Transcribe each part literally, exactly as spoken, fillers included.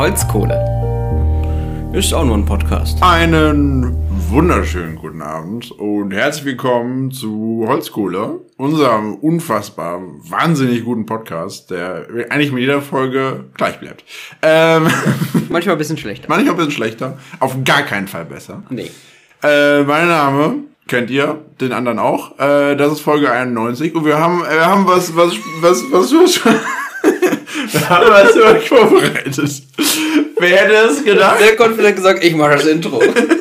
Holzkohle. Ist auch nur ein Podcast. Einen wunderschönen guten Abend und herzlich willkommen zu Holzkohle, unserem unfassbar wahnsinnig guten Podcast, der eigentlich mit jeder Folge gleich bleibt. Ähm, manchmal ein bisschen schlechter. Manchmal ein bisschen schlechter, auf gar keinen Fall besser. Nee. Äh, mein Name kennt ihr, den anderen auch. Äh, das ist Folge einundneunzig und wir haben, wir haben was, was, was, was, was, wir haben was für euch vorbereitet. Wer hätte es gedacht? Sehr confident gesagt, ich mache das Intro.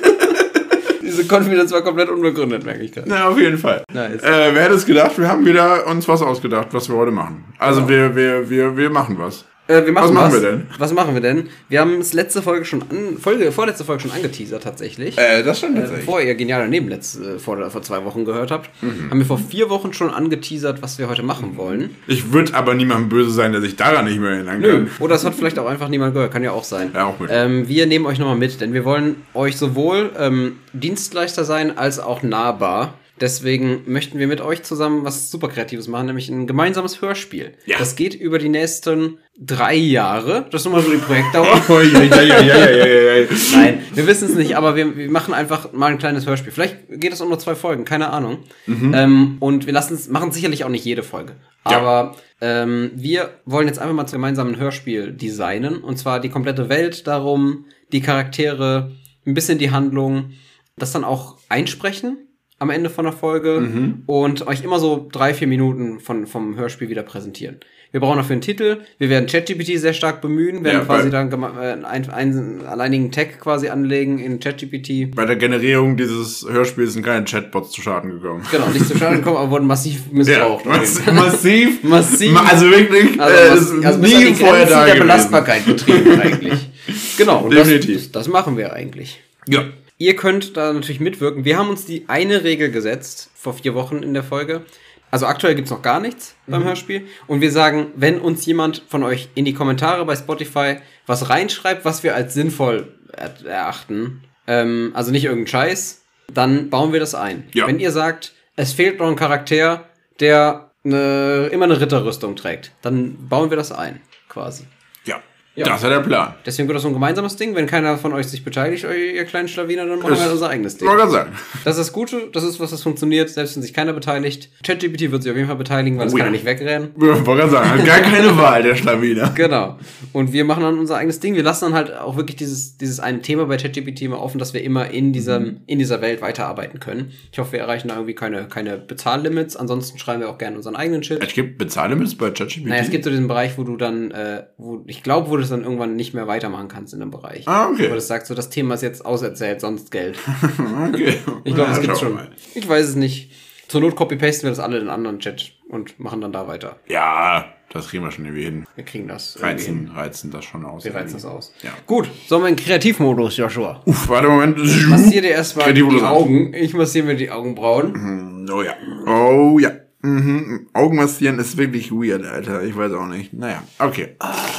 Diese Confidence war komplett unbegründet, merke ich gerade. Na, auf jeden Fall. Nice. Äh, wer hätte es gedacht? Wir haben wieder uns was ausgedacht, was wir heute machen. Also genau. wir, wir, wir, wir machen was. Äh, wir machen was machen was. wir denn? Was machen wir denn? Wir haben es letzte Folge schon an, Folge, vorletzte Folge schon angeteasert tatsächlich. Äh, das stimmt tatsächlich. Äh, bevor ihr genial daneben letzte, vor, vor zwei Wochen gehört habt, mhm. haben wir vor vier Wochen schon angeteasert, was wir heute machen wollen. Ich würde aber niemandem böse sein, der sich daran nicht mehr erinnern kann. Nö. Oder es hat vielleicht auch einfach niemand gehört, kann ja auch sein. Ja, auch mit. Ähm, wir nehmen euch nochmal mit, denn wir wollen euch sowohl ähm, Dienstleister sein, als auch nahbar. Deswegen möchten wir mit euch zusammen was super Kreatives machen, nämlich ein gemeinsames Hörspiel. Ja. Das geht über die nächsten drei Jahre. Das ist nochmal so die Projektdauer. Oh, ja, ja, ja, ja, ja, ja. Nein, wir wissen es nicht, aber wir, wir machen einfach mal ein kleines Hörspiel. Vielleicht geht es um nur zwei Folgen, keine Ahnung. Mhm. Ähm, und wir lassen es, machen sicherlich auch nicht jede Folge. Ja. Aber ähm, wir wollen jetzt einfach mal gemeinsam ein Hörspiel designen. Und zwar die komplette Welt darum, die Charaktere, ein bisschen die Handlung, das dann auch einsprechen am Ende von der Folge mhm. und euch immer so drei, vier Minuten von, vom Hörspiel wieder präsentieren. Wir brauchen dafür einen Titel. Wir werden ChatGPT sehr stark bemühen, werden ja, quasi dann gema- äh, einen, einen alleinigen Tag quasi anlegen in ChatGPT. Bei der Generierung dieses Hörspiels sind keine Chatbots zu Schaden gekommen. Genau, nicht zu Schaden gekommen, aber wurden massiv missbraucht. Ja, massiv, massiv, massiv. Also wirklich, also, äh, massiv, also nie die vorher da der gewesen. Belastbarkeit getrieben eigentlich. Genau, und definitiv. Das, das machen wir eigentlich. Ja. Ihr könnt da natürlich mitwirken. Wir haben uns die eine Regel gesetzt, vor vier Wochen in der Folge. Also aktuell gibt's noch gar nichts beim mhm. Hörspiel. Und wir sagen, wenn uns jemand von euch in die Kommentare bei Spotify was reinschreibt, was wir als sinnvoll er- erachten, ähm, also nicht irgendein Scheiß, dann bauen wir das ein. Ja. Wenn ihr sagt, es fehlt noch ein Charakter, der eine, immer eine Ritterrüstung trägt, dann bauen wir das ein, quasi. Ja. Ja. Das ist ja der Plan. Deswegen wird das so ein gemeinsames Ding. Wenn keiner von euch sich beteiligt, ihr kleinen Schlawiner, dann machen wir halt unser eigenes Ding. Ich wollte gerade sagen. Das ist das Gute, das ist was, das funktioniert, selbst wenn sich keiner beteiligt. ChatGPT wird sich auf jeden Fall beteiligen, weil es oh, kann ja nicht wegrennen. Ich wollte gerade sagen, hat gar keine Wahl, der Schlawiner. Genau. Und wir machen dann unser eigenes Ding. Wir lassen dann halt auch wirklich dieses, dieses eine Thema bei ChatGPT immer offen, dass wir immer in diesem, in dieser Welt weiterarbeiten können. Ich hoffe, wir erreichen da irgendwie keine, keine Bezahllimits. Ansonsten schreiben wir auch gerne unseren eigenen Shit. Es gibt Bezahllimits bei ChatGPT? Naja, es gibt so diesen Bereich, wo du dann, äh, wo, ich glaube, wo du es dann irgendwann nicht mehr weitermachen kannst in dem Bereich. Ah, okay. Wo das sagt, so das Thema ist jetzt auserzählt, sonst Geld. Okay. Ich glaube, ja, das gibt's schon. Mal. Ich weiß es nicht. Zur Not copy-pasten wir das alle in einen anderen Chat und machen dann da weiter. Ja, das kriegen wir schon irgendwie hin. Wir kriegen das. Reizen, reizen das schon aus. Wir reizen das aus. Ja. Gut, sollen wir in Kreativmodus, Joshua? Uff, warte, Moment. Massier dir erstmal die Kreativmodus Augen. Ich massiere mir die Augenbrauen. Oh ja. Oh ja. Mhm. Augenmassieren ist wirklich weird, Alter. Ich weiß auch nicht. Naja, okay.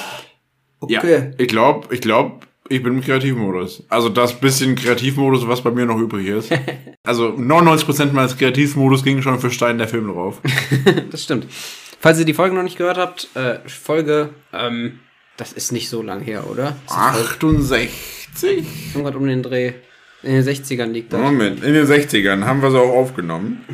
Okay. Ja, ich glaube, ich glaube, ich bin im Kreativmodus. Also das bisschen Kreativmodus, was bei mir noch übrig ist. Also neunundneunzig Prozent meines Kreativmodus ging schon für Stein der Film drauf. Das stimmt. Falls ihr die Folge noch nicht gehört habt, äh, Folge, ähm, das ist nicht so lang her, oder? achtundsechzig? Irgendwas um den Dreh. In den sechzigern liegt das. Moment, in den sechzigern haben wir es auch aufgenommen.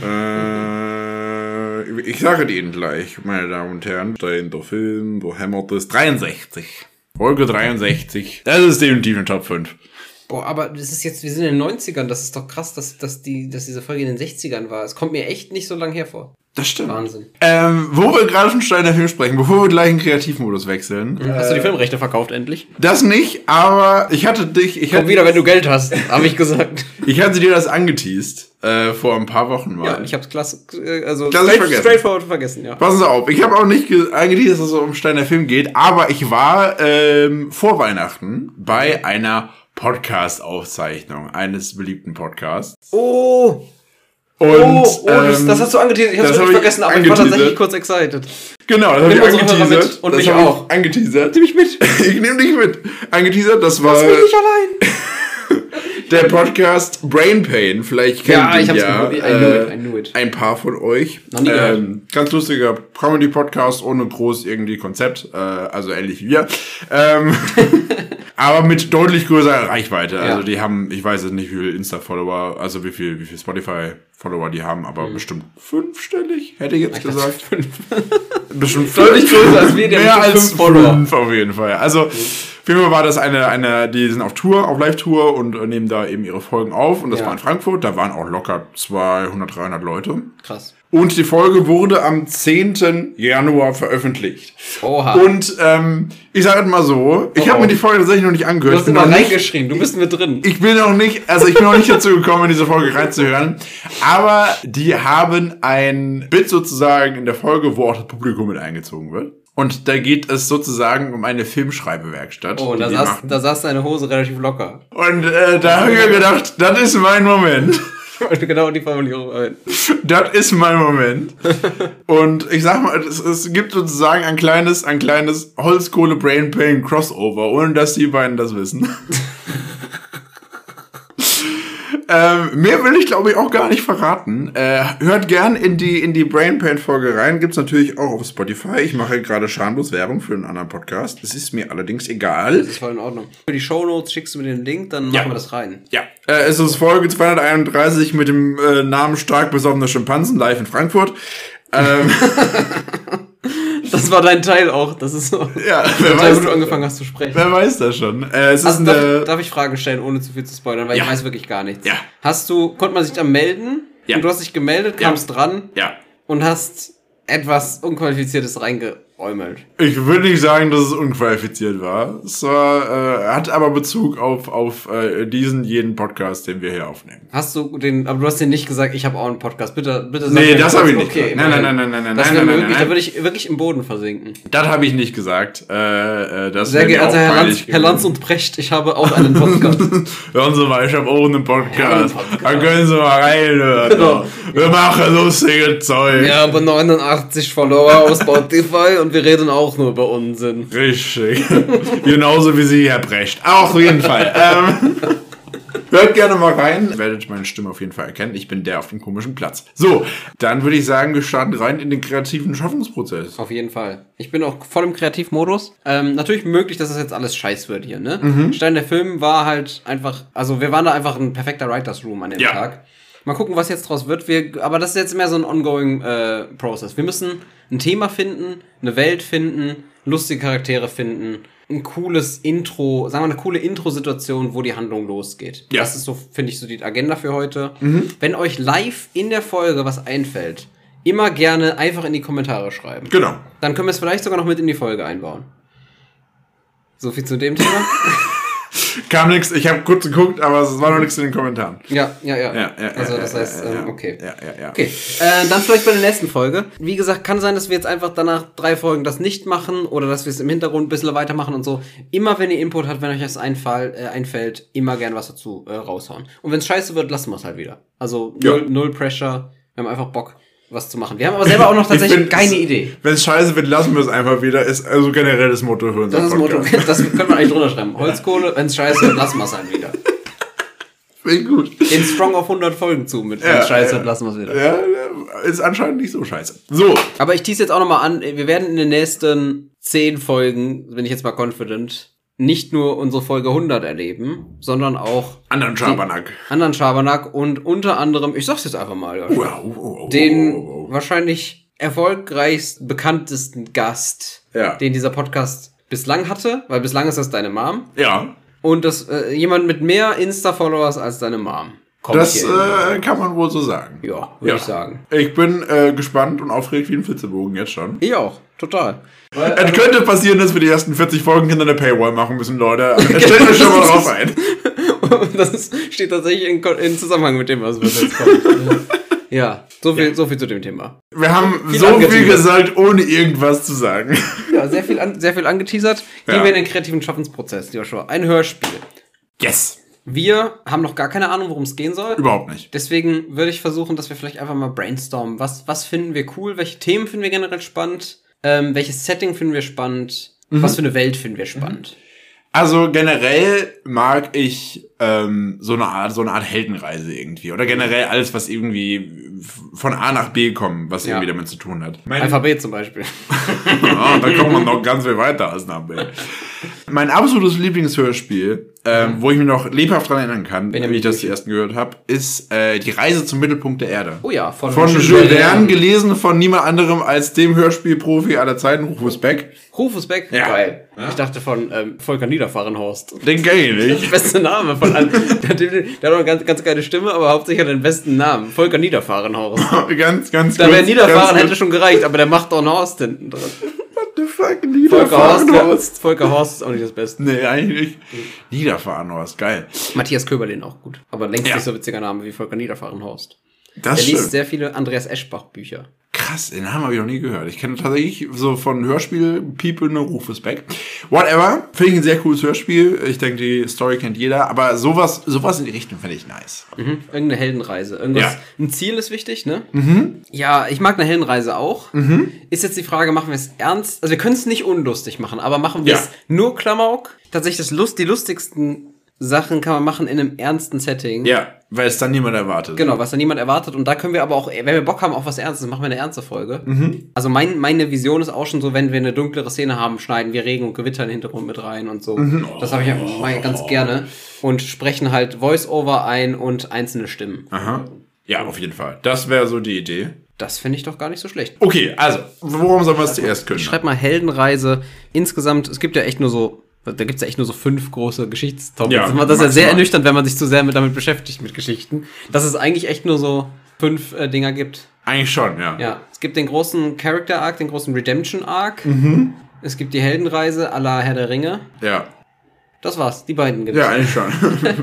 äh, ich sage Ihnen gleich, meine Damen und Herren. Stein der Film, wo hämmert es? dreiundsechzig. Folge dreiundsechzig. Das ist definitiv ein Top fünf. Boah, aber das ist jetzt, wir sind in den neunzigern, das ist doch krass, dass, dass, die, dass diese Folge in den sechzigern war. Es kommt mir echt nicht so lang hervor. Das stimmt. Wahnsinn. Ähm, wo wir gerade von Stein der Film sprechen, bevor wir gleich in den Kreativmodus wechseln. Mhm. Hast äh, du die Filmrechte verkauft endlich? Das nicht, aber ich hatte dich... Ich Komm hatte, wieder, wenn du Geld hast, habe ich gesagt. Ich hatte dir das angeteased, äh, vor ein paar Wochen mal. Ja, ich hab's klasse, also Klassisch straight, vergessen. straightforward vergessen, ja. Passen Sie auf, ich habe auch nicht ge- angeteased, dass es um Stein der Film geht, aber ich war ähm, vor Weihnachten bei einer Podcast-Aufzeichnung eines beliebten Podcasts. Oh! Und, oh, oh das, ähm, das hast du angeteasert. Ich hab's das wirklich hab ich vergessen, aber ich war angeteasert. tatsächlich kurz excited. Genau, das habe ich Nimm unsere Hörer angeteasert. mit und das mich hab auch. Ich angeteasert. Nimm mich mit. Ich nehme dich mit. Angeteasert, das war... Lass mich nicht allein. Der Podcast Brain Pain, vielleicht kennt ja, ihr ich hab's ja I knew it, I knew it. ein paar von euch. Noch nie gehört. Ähm, ganz lustiger Comedy-Podcast ohne groß irgendwie Konzept, äh, also ähnlich wie wir. Ähm, aber mit deutlich größerer Reichweite. Ja. Also die haben, ich weiß jetzt nicht, wie viele Insta-Follower, also wie viel, wie viel Spotify-Follower die haben, aber mhm. bestimmt fünfstellig, hätte ich jetzt ich gesagt. Fünf. Bestimmt deutlich größer als wir, der mehr als fünf Follower. Fünf auf jeden Fall. Also mhm. für mich war das eine, eine, die sind auf Tour, auf Live-Tour und äh, nehmen da eben ihre Folgen auf. Und das ja. war in Frankfurt. Da waren auch locker zweihundert, dreihundert Leute. Krass. Und die Folge wurde am zehnten Januar veröffentlicht. Oha. Und ähm, ich sage mal so, ich oh, habe mir die Folge tatsächlich noch nicht angehört. Du hast immer reingeschrien, du bist mit drin. Ich bin noch nicht, also ich bin noch nicht dazu gekommen, in diese Folge reinzuhören. Aber die haben ein Bit sozusagen in der Folge, wo auch das Publikum mit eingezogen wird. Und da geht es sozusagen um eine Filmschreibewerkstatt. Oh, da saß, da saß deine Hose relativ locker. Und äh, da habe ich mir gedacht, das ist mein Moment. Genau die Formulierung. Das ist mein Moment. Und ich sag mal, es, es gibt sozusagen ein kleines, ein kleines Holzkohle-Brain-Pain-Crossover, ohne dass die beiden das wissen. Ähm, mehr will ich, glaube ich, auch gar nicht verraten. Äh, hört gern in die in die Brain Pain Folge rein. Gibt's natürlich auch auf Spotify. Ich mache gerade schamlos Werbung für einen anderen Podcast. Das ist mir allerdings egal. Das ist voll in Ordnung. Für die Shownotes schickst du mir den Link, dann ja. machen wir das rein. Ja. Äh, es ist Folge zweihunderteinunddreißig mit dem äh, Namen Stark besoffene Schimpansen live in Frankfurt. Ähm, das war dein Teil auch. Das ist so. Ja, wer weiß, wo du angefangen hast zu sprechen. Wer weiß das schon? Äh, es also ist darf, eine darf ich Fragen stellen, ohne zu viel zu spoilern, weil ja. ich weiß wirklich gar nichts. Ja. Hast du, konnte man sich da melden? Ja. Und du hast dich gemeldet, kamst ja. dran. Ja. Und hast etwas Unqualifiziertes reingeräumelt. Ich würde nicht sagen, dass es unqualifiziert war. Es war, äh, hat aber Bezug auf, auf äh, diesen, jeden Podcast, den wir hier aufnehmen. Hast du den, aber du hast den nicht gesagt, ich habe auch einen Podcast. Bitte, bitte sag Nee, mir, das habe ich nicht okay, gesagt. Nein, nein, nein, nein, nein, das nein, nein, möglich, nein, nein. Da würde ich wirklich im Boden versinken. Das habe ich nicht gesagt. Äh, äh, das Sehr geehrter Herr Lanz, Herr Lanz und Precht, ich habe auch einen Podcast. Hören Sie mal, ich habe auch einen Podcast. Da können Sie mal reinhören. Genau. Wir machen lustige Zeug. Wir haben neunundachtzig Follower auf Spotify und wir reden auch nur über Unsinn. Richtig. Genauso wie Sie, Herr Brecht. Auch auf jeden Fall. ähm, hört gerne mal rein. Ihr werdet meine Stimme auf jeden Fall erkennen. Ich bin der auf dem komischen Platz. So, dann würde ich sagen, wir starten rein in den kreativen Schaffungsprozess. Auf jeden Fall. Ich bin auch voll im Kreativmodus. Ähm, natürlich möglich, dass das jetzt alles scheiß wird hier, ne? Mhm. Stein der Film war halt einfach, also wir waren da einfach ein perfekter Writers Room an dem ja. Tag. Mal gucken, was jetzt draus wird. Wir, aber das ist jetzt mehr so ein ongoing äh, Process. Wir müssen ein Thema finden, eine Welt finden, lustige Charaktere finden, ein cooles Intro, sagen wir eine coole Intro-Situation, wo die Handlung losgeht. Ja. Das ist so, finde ich, so die Agenda für heute. Mhm. Wenn euch live in der Folge was einfällt, immer gerne einfach in die Kommentare schreiben. Genau. Dann können wir es vielleicht sogar noch mit in die Folge einbauen. So viel zu dem Thema. Kam nichts, ich habe kurz geguckt, aber es war noch nichts in den Kommentaren. Ja, ja, ja. ja, ja also das ja, heißt, ja, ja, ähm, okay. Ja, ja, ja. Okay, äh, dann vielleicht bei der nächsten Folge. Wie gesagt, kann sein, dass wir jetzt einfach danach drei Folgen das nicht machen oder dass wir es im Hintergrund ein bisschen weitermachen und so. Immer wenn ihr Input habt, wenn euch das einfall, äh, einfällt, immer gern was dazu äh, raushauen. Und wenn es scheiße wird, lassen wir es halt wieder. Also null, ja. null Pressure, wir haben einfach Bock, was zu machen. Wir haben aber selber auch noch tatsächlich find, keine Idee. Wenn es scheiße wird, lassen wir es einfach wieder. Ist also generell das Motto für unseren Podcast. Das ist das Motto. Das können wir eigentlich drunter schreiben. Holzkohle, wenn es scheiße wird, lassen wir es halt wieder. Finde ich gut. Den Strong auf hundert Folgen zu mit wenn es ja, scheiße wird, ja. lassen wir es wieder. Ja, ist anscheinend nicht so scheiße. So. Aber ich tease jetzt auch nochmal an, wir werden in den nächsten zehn Folgen, bin ich jetzt mal confident, nicht nur unsere Folge hundert erleben, sondern auch anderen Schabernack. Anderen Schabernack und unter anderem, ich sag's jetzt einfach mal, ja, wow, wow, wow, den wow, wow. wahrscheinlich erfolgreichst bekanntesten Gast, ja. den dieser Podcast bislang hatte, weil bislang ist das deine Mom. Ja. Und das äh, jemand mit mehr Insta-Followers als deine Mom. Das äh, kann man wohl so sagen. Ja, würde ja. ich sagen. Ich bin äh, gespannt und aufgeregt wie ein Flitzebogen jetzt schon. Ich auch, total. Weil, es könnte ähm, passieren, dass wir die ersten vierzig Folgen hinter eine Paywall machen müssen, Leute. Stellt euch schon mal drauf ein. Das ist, steht tatsächlich in, in Zusammenhang mit dem, was wir jetzt kommen. Ja, so viel, ja. so viel zu dem Thema. Wir haben viel so angeteasert. viel gesagt, ohne irgendwas zu sagen. Ja, sehr viel, an, sehr viel angeteasert. Gehen ja. wir in den kreativen Schaffensprozess, Joshua. Ein Hörspiel. Yes. Wir haben noch gar keine Ahnung, worum es gehen soll. Überhaupt nicht. Deswegen würde ich versuchen, dass wir vielleicht einfach mal brainstormen. Was, was finden wir cool? Welche Themen finden wir generell spannend? Ähm, welches Setting finden wir spannend? Mhm. Was für eine Welt finden wir spannend? Also generell mag ich ähm, so eine Art, so eine Art Heldenreise irgendwie. Oder generell alles, was irgendwie von A nach B kommt, was ja. irgendwie damit zu tun hat. Mein Alphabet zum Beispiel. Ja, da kommt man noch ganz viel weiter als nach B. Mein absolutes Lieblingshörspiel, ähm, wo ich mich noch lebhaft daran erinnern kann, wenn ich das zuerst gehört habe, ist äh, Die Reise zum Mittelpunkt der Erde. Oh ja, von, von Jules Verne, gelesen von niemand anderem als dem Hörspielprofi aller Zeiten, Rufus Beck. Rufus Beck? Ja. Geil. Ja. Ich dachte von ähm, Volker Niederfahrenhorst. Den kenn ich nicht. Der beste Name von allen. Der, der, der hat auch eine ganz, ganz geile Stimme, aber hauptsächlich hat er den besten Namen. Volker Niederfahrenhorst. ganz, ganz Da wäre Niederfahren hätte schon gereicht, aber der macht doch einen Horst hinten drin. What the fuck? Volker Horst, Volker Horst ist auch nicht das Beste. Nee, eigentlich nicht. Niederfahrenhorst, geil. Matthias Köberlin auch gut. Aber längst ja. nicht so witziger Name wie Volker Niederfahrenhorst. Das Der stimmt. liest sehr viele Andreas Eschbach Bücher. Krass, den Namen habe ich noch nie gehört. Ich kenne tatsächlich so von Hörspiel-People nur Rufus Beck. Whatever. Finde ich ein sehr cooles Hörspiel. Ich denke, die Story kennt jeder. Aber sowas, sowas in die Richtung finde ich nice. Mhm. Irgendeine Heldenreise. Irgendwas. Ja. Ein Ziel ist wichtig, ne? Mhm. Ja, ich mag eine Heldenreise auch. Mhm. Ist jetzt die Frage, machen wir es ernst? Also wir können es nicht unlustig machen, aber machen wir Ja. es nur Klamauk? Tatsächlich das Lust, die lustigsten Sachen kann man machen in einem ernsten Setting. Ja, weil es dann niemand erwartet. Genau, was dann niemand erwartet. Und da können wir aber auch, wenn wir Bock haben auf was Ernstes, machen wir eine ernste Folge. Mhm. Also mein, meine Vision ist auch schon so, wenn wir eine dunklere Szene haben, schneiden wir Regen und Gewitter in den Hintergrund mit rein und so. Mhm. Das habe ich oh. mal ganz gerne. Und sprechen halt Voice-Over ein und einzelne Stimmen. Aha. Ja, auf jeden Fall. Das wäre so die Idee. Das finde ich doch gar nicht so schlecht. Okay, also, worum sollen wir es zuerst können? Ich schreibe mal Heldenreise. Insgesamt, es gibt ja echt nur so, da gibt's ja echt nur so fünf große Geschichtstopics. Ja, das ist ja maximal. sehr ernüchternd, wenn man sich zu sehr mit, damit beschäftigt, mit Geschichten. Dass es eigentlich echt nur so fünf äh, Dinger gibt. Eigentlich schon, ja. Ja, es gibt den großen Character Arc, den großen Redemption Arc. Mhm. Es gibt die Heldenreise à la Herr der Ringe. Ja. Das war's, die beiden gibt's. Ja, eigentlich schon.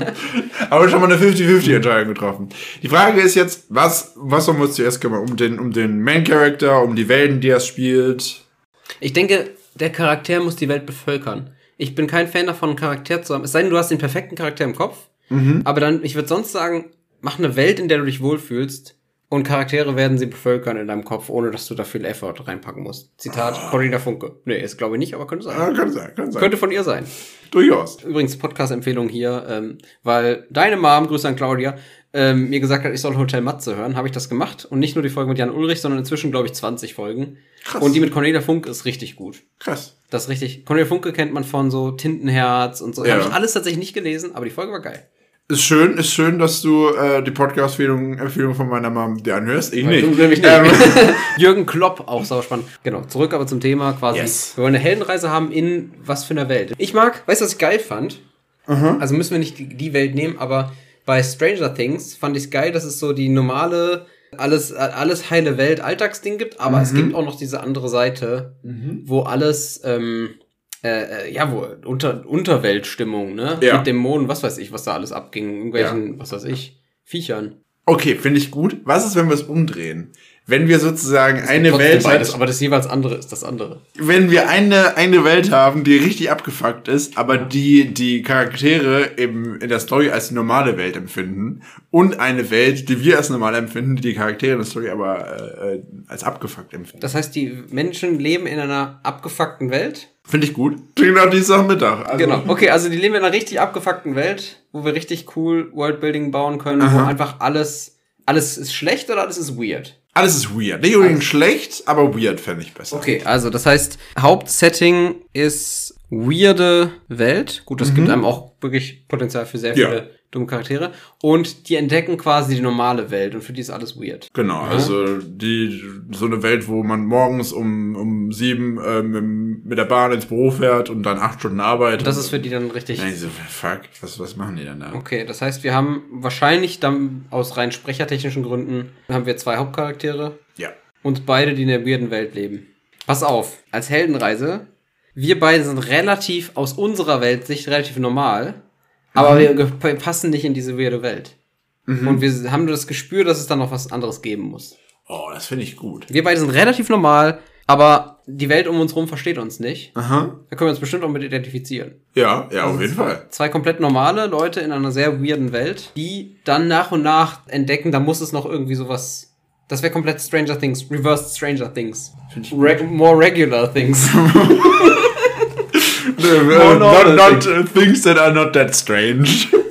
Aber schon mal eine fünfzig fünfzig Entscheidung getroffen. Die Frage ist jetzt, was, was sollen wir uns zuerst kümmern? Um den, um den Main Character, um die Welten, die er spielt? Ich denke, der Charakter muss die Welt bevölkern. Ich bin kein Fan davon, einen Charakter zu haben. Es sei denn, du hast den perfekten Charakter im Kopf. Mhm. Aber dann, ich würde sonst sagen, mach eine Welt, in der du dich wohlfühlst. Und Charaktere werden sie bevölkern in deinem Kopf, ohne dass du da viel Effort reinpacken musst. Zitat, oh. Corina Funke. Nee, ist glaube ich nicht, aber könnte sein. Ja, könnte sein, könnte sein. Könnte von ihr sein. Durchaus. Übrigens, Podcast-Empfehlung hier, ähm, weil deine Mom, Grüße an Claudia, ähm, mir gesagt hat, ich soll Hotel Matze hören, habe ich das gemacht. Und nicht nur die Folge mit Jan Ulrich, sondern inzwischen, glaube ich, zwanzig Folgen. Krass. Und die mit Cornelia Funke ist richtig gut. Krass. Das ist richtig. Cornelia Funke kennt man von so Tintenherz und so. Ja. Habe ich alles tatsächlich nicht gelesen, aber die Folge war geil. Ist schön, ist schön, dass du äh, die Podcast-Empfehlung Empfehlung von meiner Mom dir anhörst. Ich nicht. Du nämlich nicht. Ähm. Jürgen Klopp, auch sauspannend. Genau, zurück aber zum Thema quasi. Yes. Wir wollen eine Heldenreise haben in was für einer Welt. Ich mag, weißt du, was ich geil fand? Uh-huh. Also müssen wir nicht die, die Welt nehmen, aber bei Stranger Things fand ich es geil, dass es so die normale, alles, alles heile Welt Alltagsding gibt, aber mhm. es gibt auch noch diese andere Seite, mhm. wo alles, ähm, Äh, ja, wo unter Unterweltstimmung, ne? Ja. Mit Dämonen, was weiß ich, was da alles abging, irgendwelchen, ja. was weiß ich, Viechern. Okay, finde ich gut. Was ist, wenn wir es umdrehen? Wenn wir sozusagen das eine Welt beides, aber das jeweils andere ist das andere. Wenn wir eine eine Welt haben, die richtig abgefuckt ist, aber die die Charaktere eben in der Story als normale Welt empfinden und eine Welt, die wir als normal empfinden, die die Charaktere in der Story aber äh, als abgefuckt empfinden. Das heißt, die Menschen leben in einer abgefuckten Welt? Finde ich gut. Klingt auch Dienstagmittag. Also genau. Okay, also die leben in einer richtig abgefuckten Welt, wo wir richtig cool Worldbuilding bauen können, Aha. wo einfach alles alles ist schlecht oder alles ist weird. Alles ist weird. Nicht unbedingt schlecht, aber weird fände ich besser. Okay, also das heißt, Hauptsetting ist weirde Welt. Gut, das mhm. gibt einem auch wirklich Potenzial für sehr viele ja. dumme Charaktere. Und die entdecken quasi die normale Welt und für die ist alles weird. Genau, ja. also die so eine Welt, wo man morgens um um sieben ähm, mit der Bahn ins Büro fährt und dann acht Stunden arbeitet. Das ist für die dann richtig... Nein, so, fuck, was, was machen die dann da? Okay, das heißt, wir haben wahrscheinlich dann aus rein sprechertechnischen Gründen haben wir zwei Hauptcharaktere. Ja. Und beide, die in der weirden Welt leben. Pass auf, als Heldenreise, wir beide sind relativ, aus unserer Weltsicht relativ normal, aber mhm. wir passen nicht in diese weirde Welt. Mhm. Und wir haben nur das Gespür, dass es dann noch was anderes geben muss. Oh, das finde ich gut. Wir beide sind relativ normal, aber die Welt um uns rum versteht uns nicht. Aha. Da können wir uns bestimmt auch mit identifizieren. Ja, ja, also auf jeden Fall. Zwei komplett normale Leute in einer sehr weirden Welt, die dann nach und nach entdecken, da muss es noch irgendwie sowas... Das wäre komplett Stranger Things, reversed Stranger Things. Re- more regular things. no, uh, not, not uh, things that are not that strange.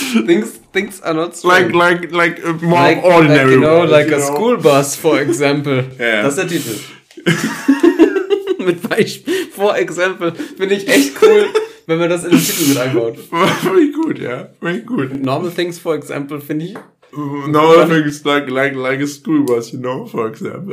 things, things are not strange. Like, like, like a more like, ordinary like, you know, world, like you a know? school bus, for example. Ja. Das ist der Titel. Mit Beispiel, for example, finde ich echt cool, wenn man das in den Titel mit einbaut. Finde ich gut, ja. Finde ich gut. Normal things, for example, finde ich. Normal things like, like, like a school bus, you know, for example.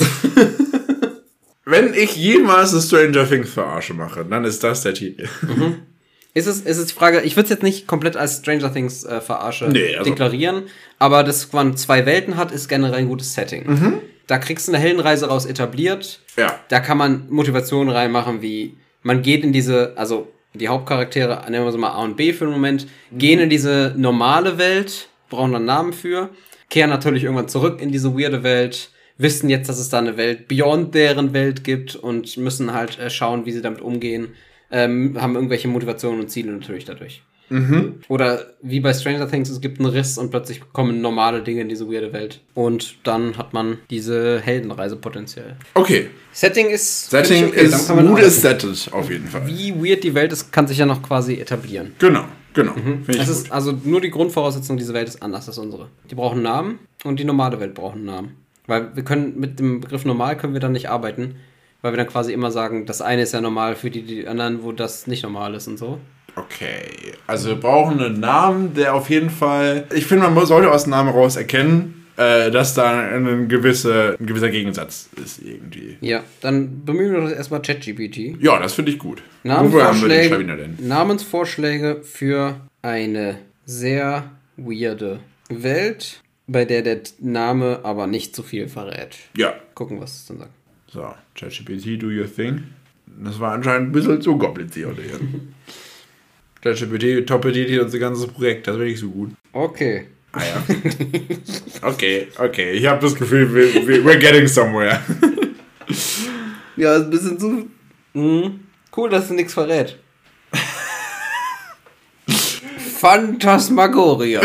Wenn ich jemals eine Stranger Things Verarsche mache, dann ist das der Titel. Mhm. Ist es, ist es die Frage, ich würde es jetzt nicht komplett als Stranger Things äh, Verarsche nee, also. deklarieren, aber dass man zwei Welten hat, ist generell ein gutes Setting. Mhm. Da kriegst du eine Heldenreise raus etabliert. Ja. Da kann man Motivationen reinmachen, wie man geht in diese, also die Hauptcharaktere, nennen wir sie mal A und B für den Moment, mhm. gehen in diese normale Welt, brauchen dann einen Namen für, kehren natürlich irgendwann zurück in diese weirde Welt, wissen jetzt, dass es da eine Welt beyond deren Welt gibt und müssen halt äh, schauen, wie sie damit umgehen, ähm, haben irgendwelche Motivationen und Ziele natürlich dadurch. Mhm. Oder wie bei Stranger Things, es gibt einen Riss und plötzlich kommen normale Dinge in diese weirde Welt. Und dann hat man diese Heldenreise potenziell. Okay. Setting ist... Setting okay, ist gut gesettet, auf jeden Fall. Wie weird die Welt ist, kann sich ja noch quasi etablieren. Genau, genau. Mhm. Das ist also nur die Grundvoraussetzung, diese Welt ist anders als unsere. Die brauchen einen Namen und die normale Welt braucht einen Namen. Weil wir können mit dem Begriff normal können wir dann nicht arbeiten, weil wir dann quasi immer sagen, das eine ist ja normal für die, die anderen, wo das nicht normal ist und so. Okay, also wir brauchen einen Namen, der auf jeden Fall... Ich finde, man sollte aus dem Namen raus erkennen, äh, dass da ein, gewisse, ein gewisser Gegensatz ist irgendwie. Ja, dann bemühen wir uns erstmal ChatGPT. Ja, das finde ich gut. Namensvorschläge, Namensvorschläge für eine sehr weirde Welt, bei der der Name aber nicht zu viel verrät. Ja. Gucken, was es dann sagt. So, ChatGPT, do your thing. Das war anscheinend ein bisschen zu kompliziert hier. ChatGPT torpediert unser ganzes Projekt, das wäre nicht so gut. Okay. Ah ja. Okay, okay. Ich habe das Gefühl, wir, we're getting somewhere. Ja, ist ein bisschen zu... Mhm. Cool, dass du nichts verrät. Phantasmagoria.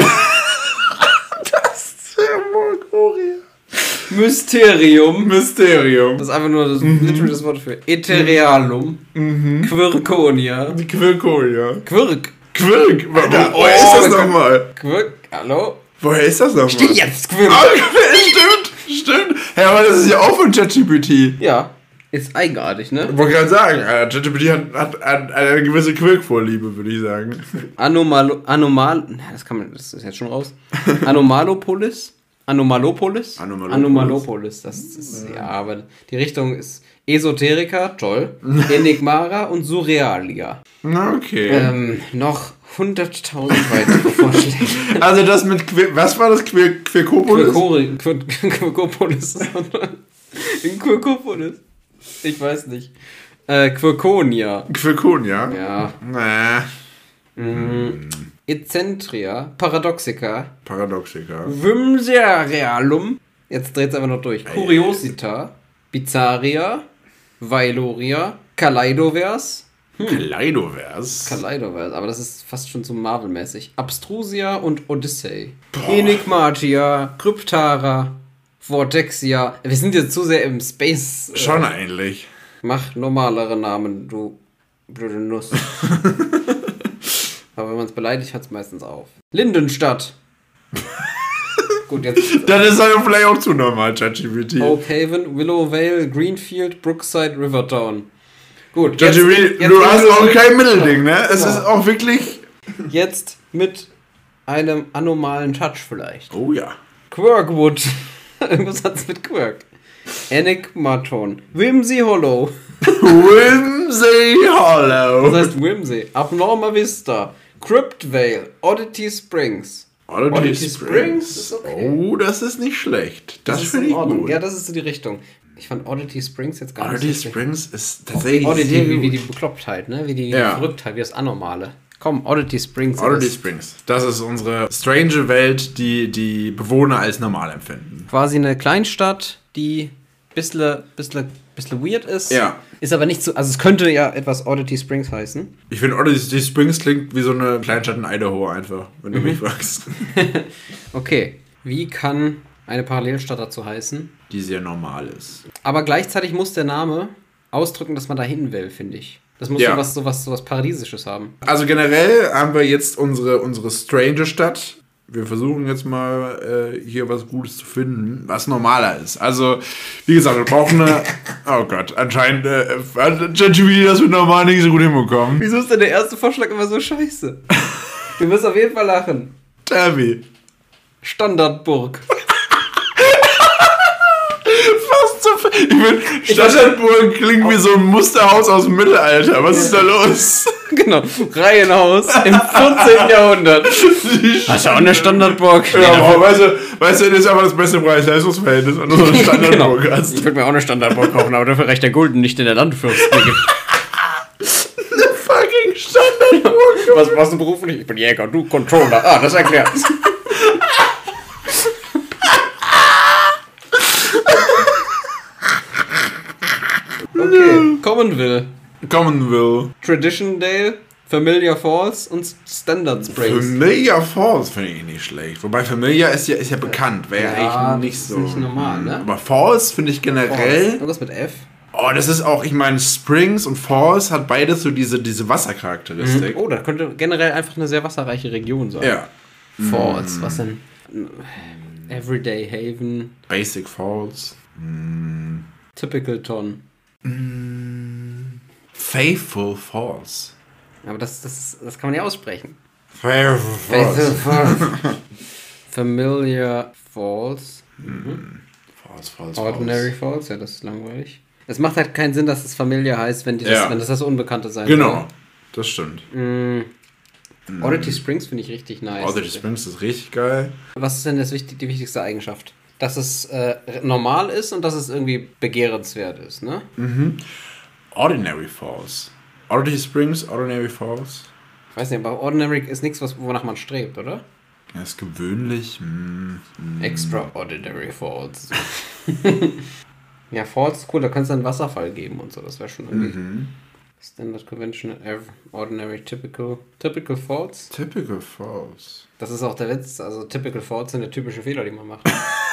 Phantasmagoria. Mysterium. Mysterium. Das ist einfach nur das, mhm. das Wort für Etherealum. Mhm. Quirkonia. Quirkonia. Quirk. Quirk. Alter, woher oh, ist das nochmal? Quirk. Hallo? Woher ist das nochmal? Steht jetzt Quirk. Oh, stimmt, stimmt. Ja, aber das ist ja auch von ChatGPT. Ja. Ist eigenartig, ne? Ich wollte gerade sagen, ChatGPT hat, hat, hat eine gewisse Quirk-Vorliebe, würde ich sagen. Anomalo... Anomal... Das kann man... Das ist jetzt schon raus. Anomalopolis. Anomalopolis? Anomalopolis. Anomalopolis. Das ist... Ja, aber die Richtung ist Esoterica, toll. Enigmara und Surrealia. Na, okay. Ähm, noch hunderttausend weitere Vorschläge. Also das mit... Quir was war das? Quir Quirkopolis? Quirkopolis. In Quirkopolis. Ich weiß nicht. Äh, Quirkonia. Quirkonia? Ja. Nee. Mhm. Ecentria. Paradoxica. Paradoxica. Vimserealum. Jetzt dreht es einfach noch durch. Curiosita. Bizarria. Vailoria. Kaleidovers. Hm. Kaleidovers? Kaleidovers, aber das ist fast schon so Marvel-mäßig. Abstrusia und Odyssey. Boah. Enigmatia. Kryptara. Vortexia. Wir sind jetzt zu sehr im Space. Schon äh, eigentlich. Mach normalere Namen, du blöde Nuss. Aber wenn man es beleidigt, hört es meistens auf. Lindenstadt. Gut, jetzt. Dann ist er vielleicht auch zu normal, ChatGPT. Oakhaven, Willow Vale, Greenfield, Brookside, Rivertown. Gut. ChatGPT, du hast auch kein Mittelding, ne? Es ja. ist auch wirklich. Jetzt mit einem anomalen Touch vielleicht. Oh ja. Quirkwood. Irgendwas hat's mit Quirk. Enigmaton. Whimsy Hollow. Whimsy Hollow. Das heißt Whimsy. Abnorma Vista. Crypt Vale. Oddity Springs. Oddity, Oddity Springs? Springs ist okay. Oh, das ist nicht schlecht. Das, das finde ich gut. Ja, das ist so die Richtung. Ich fand Oddity Springs jetzt gar Oddity nicht so Oddity Springs ist tatsächlich Oddity, wie, wie die Beklopptheit, ne? Wie die ja. Verrücktheit, wie das Anormale. Komm, Oddity Springs. Oddity Springs. Das ist unsere strange Welt, die die Bewohner als normal empfinden. Quasi eine Kleinstadt, die bisschen, bisschen, bisschen weird ist. Ja. Ist aber nicht so, also es könnte ja etwas Oddity Springs heißen. Ich finde Oddity Springs klingt wie so eine Kleinstadt in Idaho einfach, wenn du mhm. mich fragst. Okay. Wie kann eine Parallelstadt dazu heißen? Die sehr normal ist. Aber gleichzeitig muss der Name ausdrücken, dass man da hin will, finde ich. Das muss ja. sowas, sowas, sowas Paradiesisches haben. Also generell haben wir jetzt unsere, unsere strange Stadt, wir versuchen jetzt mal äh, hier was Gutes zu finden, was normaler ist. Also, wie gesagt, wir brauchen eine... Oh Gott, anscheinend äh, hat ChatGPT das mit normal nicht so gut hinbekommen. Wieso ist denn der erste Vorschlag immer so scheiße? Du wirst auf jeden Fall lachen. Tell me. Standardburg. Fast so viel. Ich bin, Standardburg klingt wie so ein Musterhaus aus dem Mittelalter. Was ist da los? Genau, Reihenhaus im vierzehnten Jahrhundert. Hast du auch eine Standardburg? Ja, aber weißt du, weißt du, das ist aber das beste Preis-Leistungsverhältnis, wenn du so eine Standardburg genau. hast. Ich würde mir auch eine Standardburg kaufen, aber dafür reicht der Gulden nicht in der Landfürst. Eine fucking Standardburg. Was machst du beruflich? Ich bin Jäger, du Controller. Ah, das erklärt's. Okay, Commonville. Commonville. Traditiondale, Familiar Falls und Standard Springs. Familiar Falls finde ich nicht schlecht. Wobei Familiar ist ja, ist ja bekannt. Wäre ja, ja eigentlich nicht so. Ist nicht normal, ne? Aber Falls finde ich generell. Falls. Irgendwas mit F. Oh, das ist auch, ich meine, Springs und Falls hat beides so diese, diese Wassercharakteristik. Mhm. Oh, das könnte generell einfach eine sehr wasserreiche Region sein. Ja. Falls, mm. was denn? Everyday Haven. Basic Falls. Mm. Typical Ton. Mm. Faithful Falls. Aber das, das, das kann man ja aussprechen. Faithful Falls. Faithful Falls. Familiar Falls. Mhm. Falls, Falls, Ordinary Falls. Falls, ja, das ist langweilig. Es macht halt keinen Sinn, dass es Familiar heißt, wenn, die das, ja. wenn das das Unbekannte sein genau. soll. Genau, das stimmt. Mm. Oddity Springs finde ich richtig nice. Oddity Springs ist richtig geil. Was ist denn das wichtig, die wichtigste Eigenschaft? Dass es äh, normal ist und dass es irgendwie begehrenswert ist, ne? Mhm. Ordinary Falls. Oddity Springs, Ordinary Falls. Ich weiß nicht, aber Ordinary ist nichts, was, wonach man strebt, oder? Ja, ist gewöhnlich. Mm, mm. Extraordinary Falls. Ja, Falls ist cool, da kannst du einen Wasserfall geben und so, das wäre schon irgendwie... Mhm. Standard Conventional, Ordinary, Typical. Typical Falls? Typical Falls. Das ist auch der Witz, also Typical Falls sind der typische Fehler, die man macht.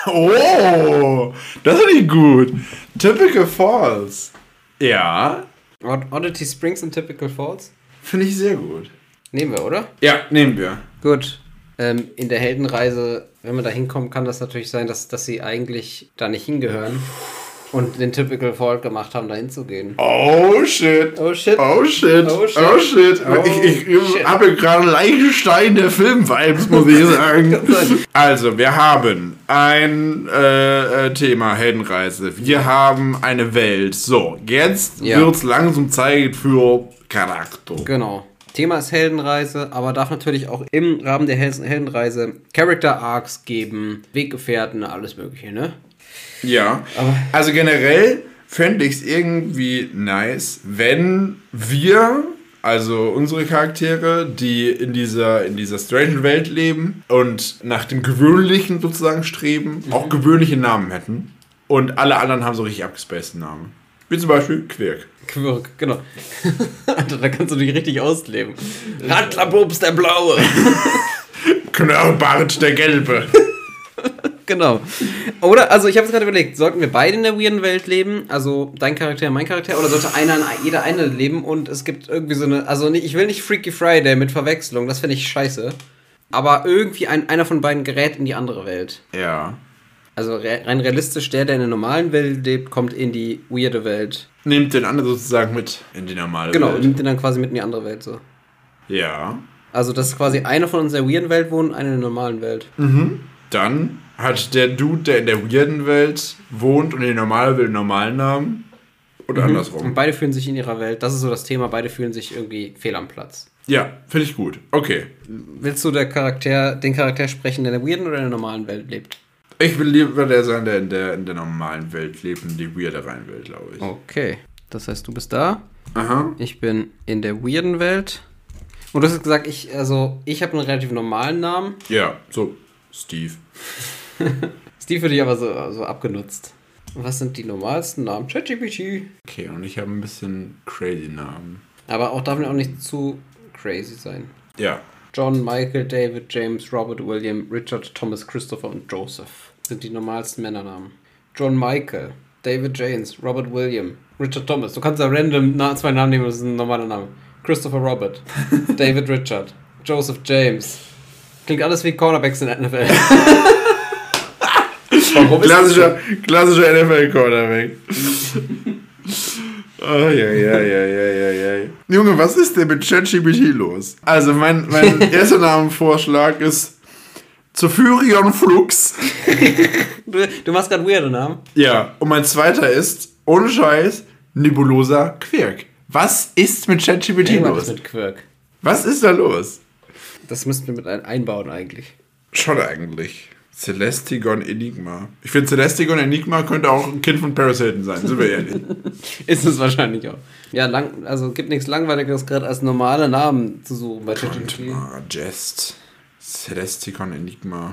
Oh, das finde ich gut. Typical Falls. Ja. Oddity Springs und Typical Falls? Finde ich sehr gut. Nehmen wir, oder? Ja, nehmen wir. Gut. Ähm, in der Heldenreise, wenn man da hinkommt, kann das natürlich sein, dass, dass sie eigentlich da nicht hingehören. Und den Typical Fall gemacht haben, da hinzugehen. Oh shit. Oh shit. Oh shit. Oh shit. Oh shit. Oh, ich ich habe gerade Leichenstein der Film-Vibes, muss ich sagen. Also, wir haben ein äh, Thema Heldenreise. Wir haben eine Welt. So, jetzt ja. wird's langsam Zeit für Charakter. Genau. Thema ist Heldenreise, aber darf natürlich auch im Rahmen der Hel- Heldenreise Character Arcs geben, Weggefährten, alles mögliche, ne? Ja, aber also generell fände ich es irgendwie nice, wenn wir, also unsere Charaktere, die in dieser, in dieser strange Welt leben und nach dem Gewöhnlichen sozusagen streben, mhm. auch gewöhnliche Namen hätten. Und alle anderen haben so richtig abgespaceden Namen. Wie zum Beispiel Quirk. Quirk, genau. Da kannst du dich richtig ausleben. Radlerbobs der Blaue. Knörrbart der Gelbe. Genau. Oder, also ich habe es gerade überlegt, sollten wir beide in der weirden Welt leben? Also dein Charakter, mein Charakter? Oder sollte einer, jeder eine leben und es gibt irgendwie so eine, also ich will nicht Freaky Friday mit Verwechslung, das finde ich scheiße. Aber irgendwie ein, einer von beiden gerät in die andere Welt. Ja. Also re- rein realistisch, der, der in der normalen Welt lebt, kommt in die weirde Welt. Nimmt den anderen sozusagen mit in die normale genau, Welt. Genau, nimmt den dann quasi mit in die andere Welt so. Ja. Also dass quasi einer von uns in der weirden Welt wohnt, einer in der normalen Welt. Mhm. Dann hat der Dude, der in der weirden Welt wohnt und in der normalen Welt einen normalen Namen. Oder mhm. andersrum. Und beide fühlen sich in ihrer Welt. Das ist so das Thema. Beide fühlen sich irgendwie fehl am Platz. Ja, finde ich gut. Okay. Willst du der Charakter, den Charakter sprechen, der in der weirden oder in der normalen Welt lebt? Ich will lieber der sein, der in der, in der normalen Welt lebt, in die weirderen Welt, glaube ich. Okay. Das heißt, du bist da. Aha. Ich bin in der weirden Welt. Und du hast gesagt, ich, also, ich habe einen relativ normalen Namen. Ja, so Steve. Steve würde ich aber so, so abgenutzt. Und was sind die normalsten Namen? ChatGPT. Okay, und ich habe ein bisschen crazy Namen. Aber auch darf auch nicht zu crazy sein. Ja. John, Michael, David, James, Robert, William, Richard, Thomas, Christopher und Joseph sind die normalsten Männernamen. John, Michael, David, James, Robert, William, Richard, Thomas. Du kannst da random na- zwei Namen nehmen, das ist ein normaler Name. Christopher, Robert, David, Richard, Joseph, James. Klingt alles wie Cornerbacks in der N F L. Warum klassischer, klassischer N F L-Cornerback. Oh, ja, ja, ja, ja, ja, ja. Junge, was ist denn mit ChatGPT los? Also, mein, mein erster Namenvorschlag ist Zephyrion Flux. Du, du machst gerade weirde Namen. Ja, und mein zweiter ist, ohne Scheiß, Nebulosa Quirk. Was ist mit ChatGPT Irgendwas los? mit Quirk. Was ist da los? Das müssten wir mit ein- einbauen eigentlich. Schon eigentlich. Celestigon Enigma. Ich finde, Celestigon Enigma könnte auch ein Kind von Paris Hilton sein, sind wir ehrlich. Ist es wahrscheinlich auch. Ja, lang, also gibt nichts Langweiligeres gerade als normale Namen zu suchen bei ChatGPT. Jest. Celesticon Enigma.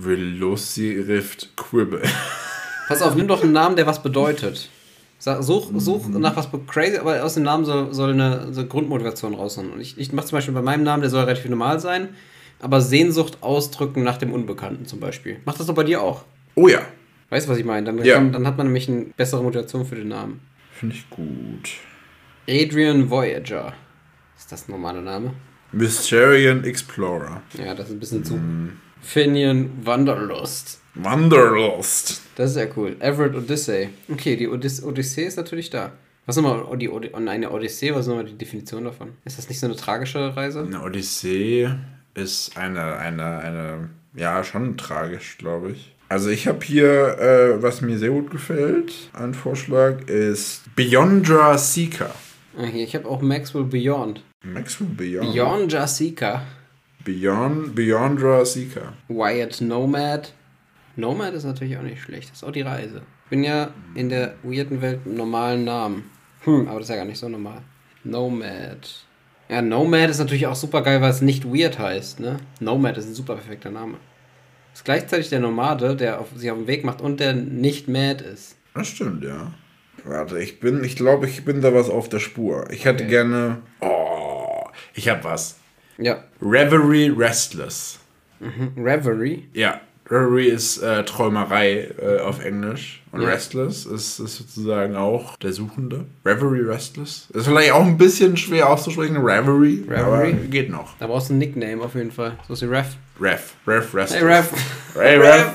Velocirift Quibble. Pass auf, nimm doch einen Namen, der was bedeutet. Sag, such, such nach was crazy, aber aus dem Namen soll, soll eine, so eine Grundmotivation rausholen. Und ich, ich mache zum Beispiel bei meinem Namen, der soll relativ normal sein, aber Sehnsucht ausdrücken nach dem Unbekannten zum Beispiel. Mach das doch bei dir auch. Oh ja. Weißt du, was ich meine? Dann, Ja. kann, dann hat man nämlich eine bessere Motivation für den Namen. Finde ich gut. Adrian Voyager. Ist das ein normaler Name? Mysterian Explorer. Ja, das ist ein bisschen zu. Finian Wanderlust. Wanderlust. Das ist ja cool. Everett Odyssey. Okay, die Odys- Odyssee ist natürlich da. Was ist nochmal die Od- eine Odyssee? Was ist nochmal die Definition davon? Ist das nicht so eine tragische Reise? Eine Odyssee ist eine, eine, eine, ja, schon tragisch, glaube ich. Also ich habe hier, äh, was mir sehr gut gefällt, ein Vorschlag ist Beyondra Seeker. Okay, ich habe auch Maxwell Beyond. Maxwell Beyond. Beyond Seeker. Beyond, Beyondra Seeker. Wyatt Nomad. Nomad ist natürlich auch nicht schlecht. Das ist auch die Reise. Ich bin ja in der weirden Welt mit normalen Namen. Hm, aber das ist ja gar nicht so normal. Nomad. Ja, Nomad ist natürlich auch super geil, weil es nicht weird heißt, ne? Nomad ist ein super perfekter Name. Ist gleichzeitig der Nomade, der auf, sich auf den Weg macht und der nicht mad ist. Das stimmt, ja. Warte, ich bin, ich glaube, ich bin da was auf der Spur. Ich hätte Okay. gerne, oh, ich habe was. Ja. Reverie Restless. Mhm. Reverie. Ja, Reverie ist äh, Träumerei äh, auf Englisch und Ja. Restless ist, ist sozusagen auch der Suchende. Reverie Restless. Ist vielleicht auch ein bisschen schwer auszusprechen, Reverie, Reverie. aber geht noch. Da brauchst du einen Nickname auf jeden Fall. So ist die Rev. Rev, Rev Restless. Hey Rev. Hey Rev.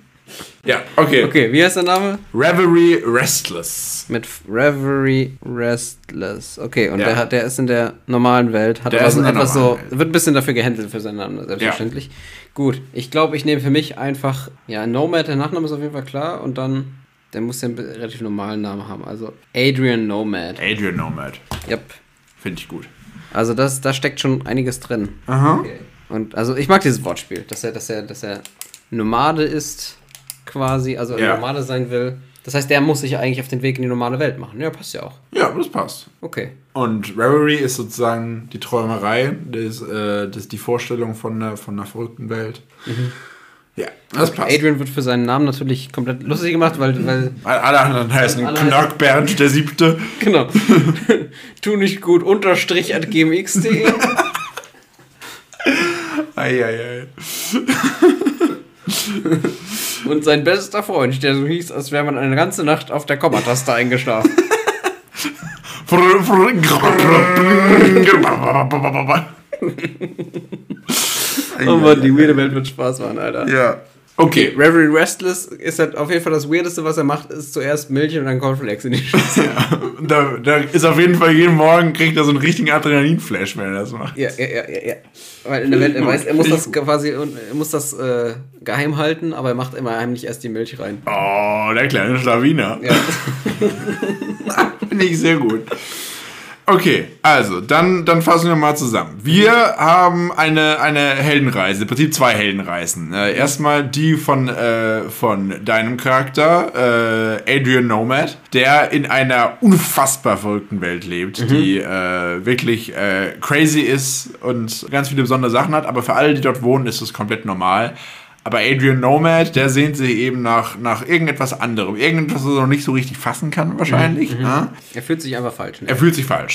Ja, okay. Okay, wie heißt der Name? Reverie Restless. Mit Reverie Restless. Okay, und Ja. der hat, der ist in der normalen Welt, hat Der aber ist so in der etwas so, normalen Welt. wird ein bisschen dafür gehandelt für seinen Namen, selbstverständlich. Gut, ich glaube, ich nehme für mich einfach, ja, Nomad, der Nachname ist auf jeden Fall klar und dann, der muss ja einen relativ normalen Namen haben, also Adrian Nomad. Adrian Nomad. Yep. Finde ich gut. Also das, da steckt schon einiges drin. Aha. Und also ich mag dieses Wortspiel, dass er, dass er, dass er Nomade ist, quasi, also ein Ja. Nomade sein will. Das heißt, der muss sich ja eigentlich auf den Weg in die normale Welt machen. Ja, passt ja auch. Ja, das passt. Okay. Und Reverie ist sozusagen die Träumerei, das, äh, das ist die Vorstellung von einer, von einer verrückten Welt. Ja, das passt. Adrian wird für seinen Namen natürlich komplett lustig gemacht, weil, weil Alle anderen heißen Alle Knackbernd, der Siebte. genau, tu nicht gut, unterstrich at gmx punkt de. Eieiei. Und sein bester Freund, der so hieß, als wäre man eine ganze Nacht auf der Kommataste eingeschlafen. Oh Mann, die weirde Welt wird Spaß machen, Alter. Ja. Okay, Reverie Restless ist halt auf jeden Fall das Weirdeste, was er macht, ist zuerst Milch und dann Cornflakes in die Schüssel. Ja. Da, da ist auf jeden Fall jeden Morgen kriegt er so einen richtigen Adrenalinflash, wenn er das macht. Ja, ja, ja, ja, ja. Weil in der Welt, er weiß, er muss das quasi, er muss das äh, geheim halten, aber er macht immer heimlich erst die Milch rein. Oh, der kleine Schlawiner. Ja. Finde ich sehr gut. Okay, also, dann, dann fassen wir mal zusammen. Wir haben eine, eine Heldenreise, im Prinzip zwei Heldenreisen. Äh, erstmal die von, äh, von deinem Charakter, äh, Adrian Nomad, der in einer unfassbar verrückten Welt lebt, mhm. die äh, wirklich äh, crazy ist und ganz viele besondere Sachen hat, aber für alle, die dort wohnen, ist es komplett normal. Aber Adrian Nomad, der sehnt sich eben nach, nach irgendetwas anderem. Irgendetwas, was er noch nicht so richtig fassen kann, wahrscheinlich. Mhm, ja? Er fühlt sich einfach falsch. Ne? Er fühlt sich falsch.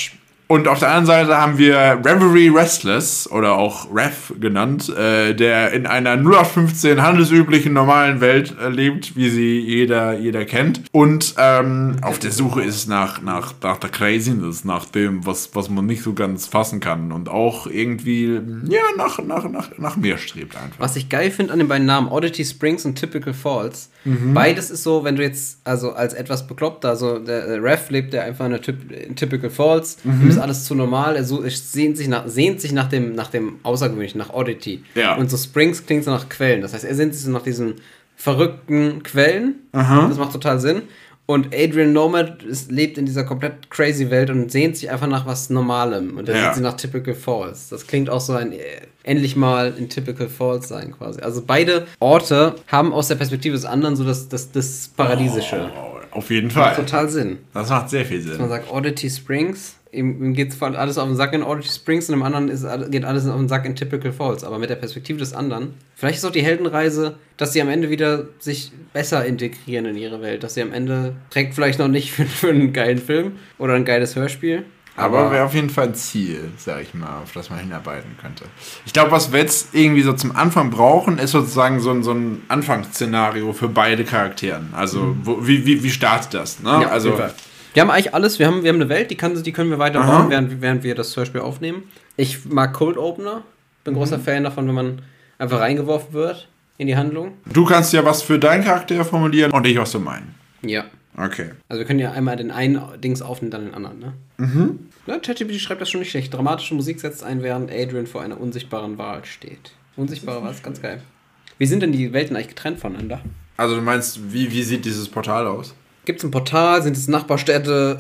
Und auf der anderen Seite haben wir Reverie Restless, oder auch Rev genannt, äh, der in einer null acht fünfzehn handelsüblichen normalen Welt äh, lebt, wie sie jeder, jeder kennt. Und ähm, auf der Suche ist nach, nach, nach der Craziness, nach dem, was, was man nicht so ganz fassen kann. Und auch irgendwie, ja, nach, nach, nach, nach mehr strebt einfach. Was ich geil finde an den beiden Namen, Oddity Springs und Typical Falls, mhm. beides ist so, wenn du jetzt, also als etwas bekloppter, also der, der Rev lebt ja einfach in, der Typ, in Typical Falls, mhm. ist alles zu normal, er so, sehnt sich nach, sehnt sich nach dem, nach dem Außergewöhnlichen, nach Oddity. Ja. Und so Springs klingt so nach Quellen. Das heißt, er sehnt sich so nach diesen verrückten Quellen. Aha. Das macht total Sinn. Und Adrian Nomad ist, lebt in dieser komplett crazy Welt und sehnt sich einfach nach was Normalem. Und er ja. sehnt sich nach Typical Falls. Das klingt auch so ein, äh, endlich mal in Typical Falls sein quasi. Also beide Orte haben aus der Perspektive des anderen so das, das, das Paradiesische. Oh, auf jeden Fall. Das macht total Sinn. Das macht sehr viel Sinn. Dass man sagt, Oddity Springs, ihm geht alles auf den Sack in Oddity Springs und dem anderen ist, geht alles auf den Sack in Typical Falls. Aber mit der Perspektive des anderen. Vielleicht ist auch die Heldenreise, dass sie am Ende wieder sich besser integrieren in ihre Welt. Dass sie am Ende, trägt vielleicht noch nicht für, für einen geilen Film oder ein geiles Hörspiel. Aber, aber wäre auf jeden Fall ein Ziel, sag ich mal, auf das man hinarbeiten könnte. Ich glaube, was wir jetzt irgendwie so zum Anfang brauchen, ist sozusagen so ein, so ein Anfangsszenario für beide Charakteren. Also, wo, wie, wie, wie startet das? Ne? Ja, also, auf jeden Fall. Wir haben eigentlich alles, wir haben, wir haben eine Welt, die, kann, die können wir weiterbauen, während, während wir das Hörspiel aufnehmen. Ich mag Cold Opener, bin mhm. großer Fan davon, wenn man einfach reingeworfen wird in die Handlung. Du kannst ja was für deinen Charakter formulieren und ich was für meinen. Ja. Okay. Also wir können ja einmal den einen Dings aufnehmen, dann den anderen, ne? Mhm. Ja, ChatGPT schreibt das schon nicht schlecht. Dramatische Musik setzt ein, während Adrian vor einer unsichtbaren Wahl steht. Unsichtbare Wahl ist ganz geil. Wie sind denn die Welten eigentlich getrennt voneinander? Also du meinst, wie, wie sieht dieses Portal aus? Gibt es ein Portal? Sind es Nachbarstädte?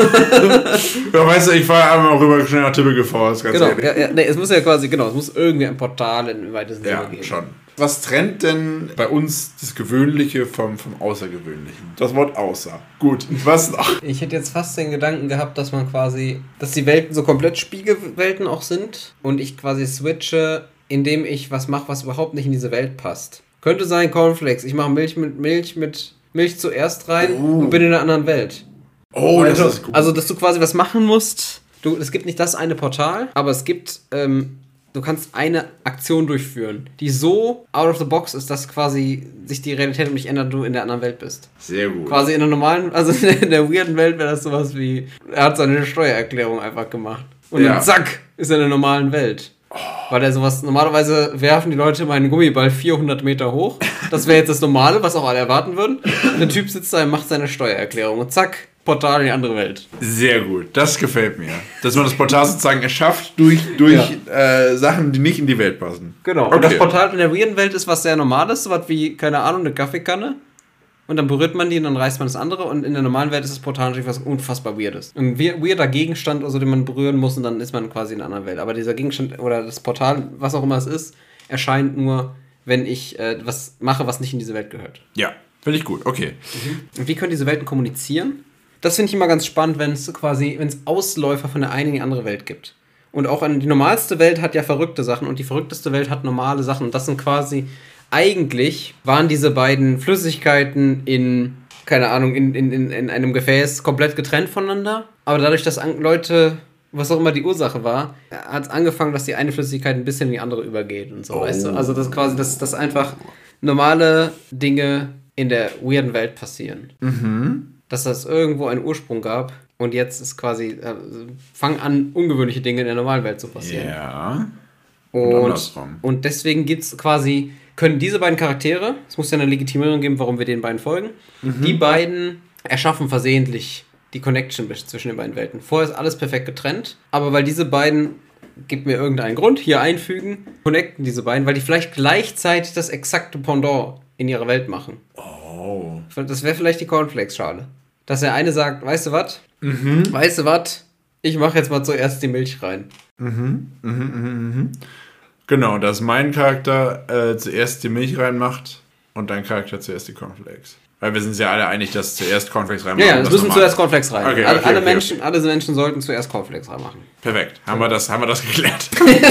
Ja, weißt du, ich fahre einmal rüber schnell nach Typical Falls, ganz genau, ehrlich. ja, ja, nee, es muss ja quasi, genau, es muss irgendwie ein Portal in weitesten Sinne ja, geben. Ja, schon. Was trennt denn bei uns das Gewöhnliche vom, vom Außergewöhnlichen? Das Wort außer. Gut, was noch? Ich hätte jetzt fast den Gedanken gehabt, dass man quasi, dass die Welten so komplett Spiegelwelten auch sind und ich quasi switche, indem ich was mache, was überhaupt nicht in diese Welt passt. Könnte sein Cornflakes. Ich mache Milch mit Milch mit Milch zuerst rein uh. und bin in einer anderen Welt. Oh, das also, ist gut. Also, dass du quasi was machen musst. Du, es gibt nicht das eine Portal, aber es gibt, ähm, du kannst eine Aktion durchführen, die so out of the box ist, dass quasi sich die Realität um dich ändert und du in der anderen Welt bist. Sehr gut. Quasi in der normalen, also in der weirden Welt wäre das sowas wie, er hat seine Steuererklärung einfach gemacht. Und ja. dann zack, ist er in der normalen Welt. Oh. Weil er sowas, normalerweise werfen die Leute immer einen Gummiball vierhundert Meter hoch. Das wäre jetzt das Normale, was auch alle erwarten würden. Der Typ sitzt da und macht seine Steuererklärung und zack, Portal in die andere Welt. Sehr gut, das gefällt mir. Dass man das Portal sozusagen erschafft durch, durch ja. äh, Sachen, die nicht in die Welt passen. Genau, okay. Und das Portal in der weirden Welt ist was sehr Normales, so was wie, keine Ahnung, eine Kaffeekanne. Und dann berührt man die und dann reißt man das andere. Und in der normalen Welt ist das Portal natürlich was unfassbar Weirdes. Ein weirder Gegenstand, also den man berühren muss und dann ist man quasi in einer anderen Welt. Aber dieser Gegenstand oder das Portal, was auch immer es ist, erscheint nur, wenn ich äh, was mache, was nicht in diese Welt gehört. Ja, finde ich gut, okay. Mhm. Und wie können diese Welten kommunizieren? Das finde ich immer ganz spannend, wenn es quasi, wenn es Ausläufer von der einen in die andere Welt gibt. Und auch die normalste Welt hat ja verrückte Sachen und die verrückteste Welt hat normale Sachen. Und das sind quasi... Eigentlich waren diese beiden Flüssigkeiten in, keine Ahnung, in, in, in einem Gefäß komplett getrennt voneinander. Aber dadurch, dass an- Leute, was auch immer die Ursache war, hat es angefangen, dass die eine Flüssigkeit ein bisschen in die andere übergeht und so, oh. weißt du? Also das quasi, dass, dass einfach normale Dinge in der weirden Welt passieren. Mhm. Dass das irgendwo einen Ursprung gab und jetzt ist quasi, äh, fangen an, ungewöhnliche Dinge in der normalen Welt zu passieren. Ja. Und, und, und deswegen gibt es quasi... können diese beiden Charaktere, es muss ja eine Legitimierung geben, warum wir den beiden folgen, mhm. die beiden erschaffen versehentlich die Connection zwischen den beiden Welten. Vorher ist alles perfekt getrennt, aber weil diese beiden, gibt mir irgendeinen Grund, hier einfügen, connecten diese beiden, weil die vielleicht gleichzeitig das exakte Pendant in ihrer Welt machen. Oh. Das wäre vielleicht die Cornflakes-Schale. Dass der eine sagt, weißt du was? Mhm. Weißt du was? Ich mache jetzt mal zuerst die Milch rein. Mhm, mhm, mhm, mhm. Genau, dass mein Charakter äh, zuerst die Milch reinmacht und dein Charakter zuerst die Cornflakes. Weil wir sind uns ja alle einig, dass zuerst Cornflakes reinmachen. Ja, ja, es müssen zuerst Cornflakes rein. Okay, alle, okay, alle, okay, Menschen, okay. alle Menschen sollten zuerst Cornflakes reinmachen. Perfekt, haben wir das, haben wir das geklärt.